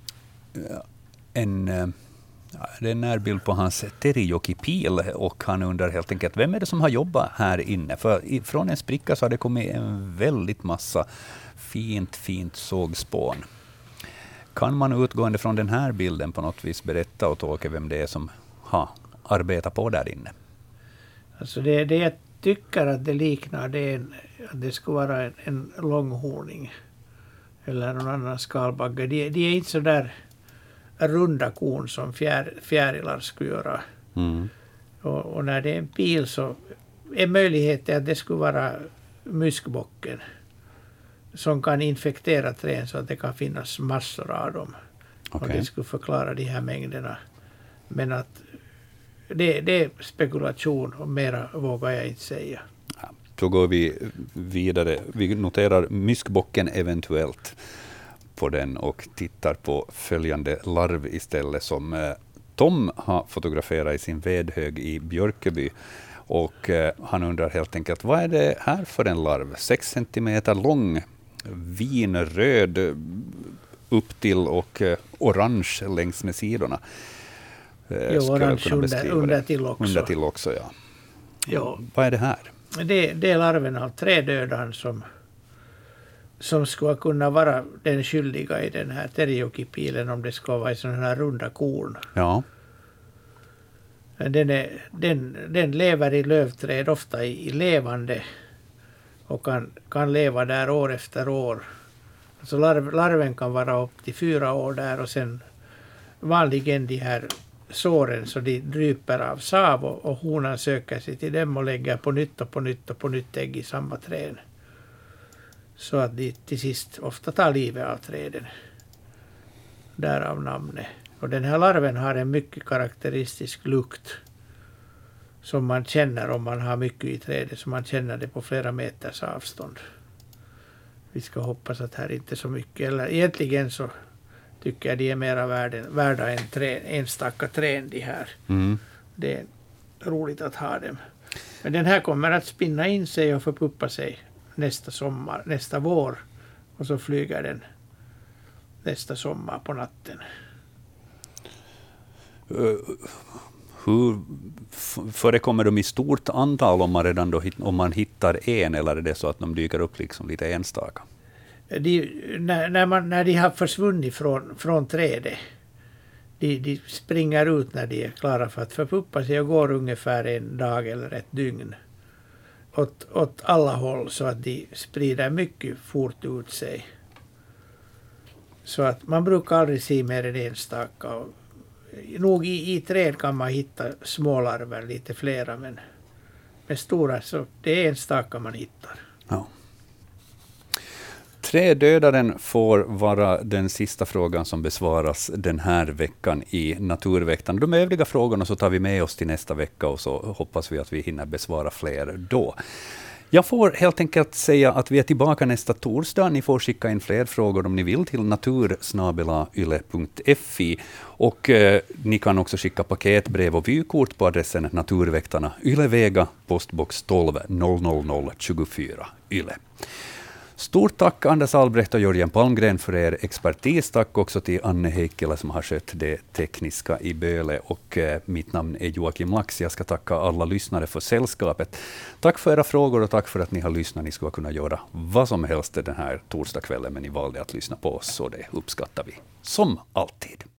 en, eh, det är en närbild på hans Terijoki-pil och han undrar helt enkelt vem är det som har jobbat här inne? För från en spricka så har det kommit en väldigt massa fint, fint sågspån. Kan man utgående från den här bilden på något vis berätta åt Åke vem det är som har arbetat på där inne? Alltså det, det jag tycker att det liknar det är en, att det skulle vara en, en långhorning eller någon annan skalbagge. De, de är inte så där runda korn som fjär, fjärilar skulle göra. Mm. Och, och när det är en pil så är möjligheten att det skulle vara muskbocken som kan infektera trän så att det kan finnas massor av dem. Okay. Och det skulle förklara de här mängderna. Men att det, det är spekulation och mera vågar jag inte säga. Ja, då går vi vidare. Vi noterar myskbocken eventuellt på den och tittar på följande larv istället som eh, Tom har fotograferat i sin vedhög i Björköby. Och eh, han undrar helt enkelt, vad är det här för en larv? Sex centimeter lång, vinröd upp till och eh, orange längs med sidorna. Eh, jo, orange under, under till också. Under till också, ja. Jo. Vad är det här? Det, det är larven av trädödan som, som skulle kunna vara den skyldiga i den här Terijoki-pilen om det ska vara i sådana här runda korn. Ja. Den, är, den, den lever i lövträd, ofta i, i levande och kan, kan leva där år efter år. Alltså larv, larven kan vara upp till fyra år där och sen vanligen de här såren så de dryper av sav och, och honan söker sig till dem och lägger på nytt och på nytt och på nytt ägg i samma träd. Så att de till sist ofta tar livet av träden. Därav namnet. Och den här larven har en mycket karaktäristisk lukt som man känner om man har mycket i trädet, så man känner det på flera meters avstånd. Vi ska hoppas att här inte är så mycket, eller egentligen så tycker jag de är mera värda, värda en trän, enstaka trän de här. Mm. Det är roligt att ha dem. Men den här kommer att spinna in sig och förpuppa sig nästa sommar, nästa vår, och så flyger den nästa sommar på natten. Uh, hur förekommer de i stort antal om man redan då, om man hittar en, eller är det så att de dyker upp liksom lite enstaka? De, när, när, man, när de har försvunnit från, från trädet, de, de springer ut när de är klara för att förpuppa sig och går ungefär en dag eller ett dygn åt, åt alla håll så att de sprider mycket fort ut sig. Så att man brukar aldrig se mer än enstaka. Och nog i, i träd kan man hitta smålarver, lite flera, men med stora så det är enstaka man hittar. Ja. Trädödaren får vara den sista frågan som besvaras den här veckan i Naturväktarna. De övriga frågorna så tar vi med oss till nästa vecka och så hoppas vi att vi hinner besvara fler då. Jag får helt enkelt säga att vi är tillbaka nästa torsdag. Ni får skicka in fler frågor om ni vill till natur snabel-a yle punkt fi. Och eh, ni kan också skicka paketbrev och vykort på adressen Naturväktarna, Ylevega, postbox tolv noll noll noll tjugofyra Yle. Stort tack Anders Albrecht och Jörgen Palmgren för er expertis. Tack också till Anne Heikkilä som har skött det tekniska i Böle. Och eh, mitt namn är Joakim Lax. Jag ska tacka alla lyssnare för sällskapet. Tack för era frågor och tack för att ni har lyssnat. Ni skulle kunna göra vad som helst den här torsdagskvällen, men ni valde att lyssna på oss och det uppskattar vi som alltid.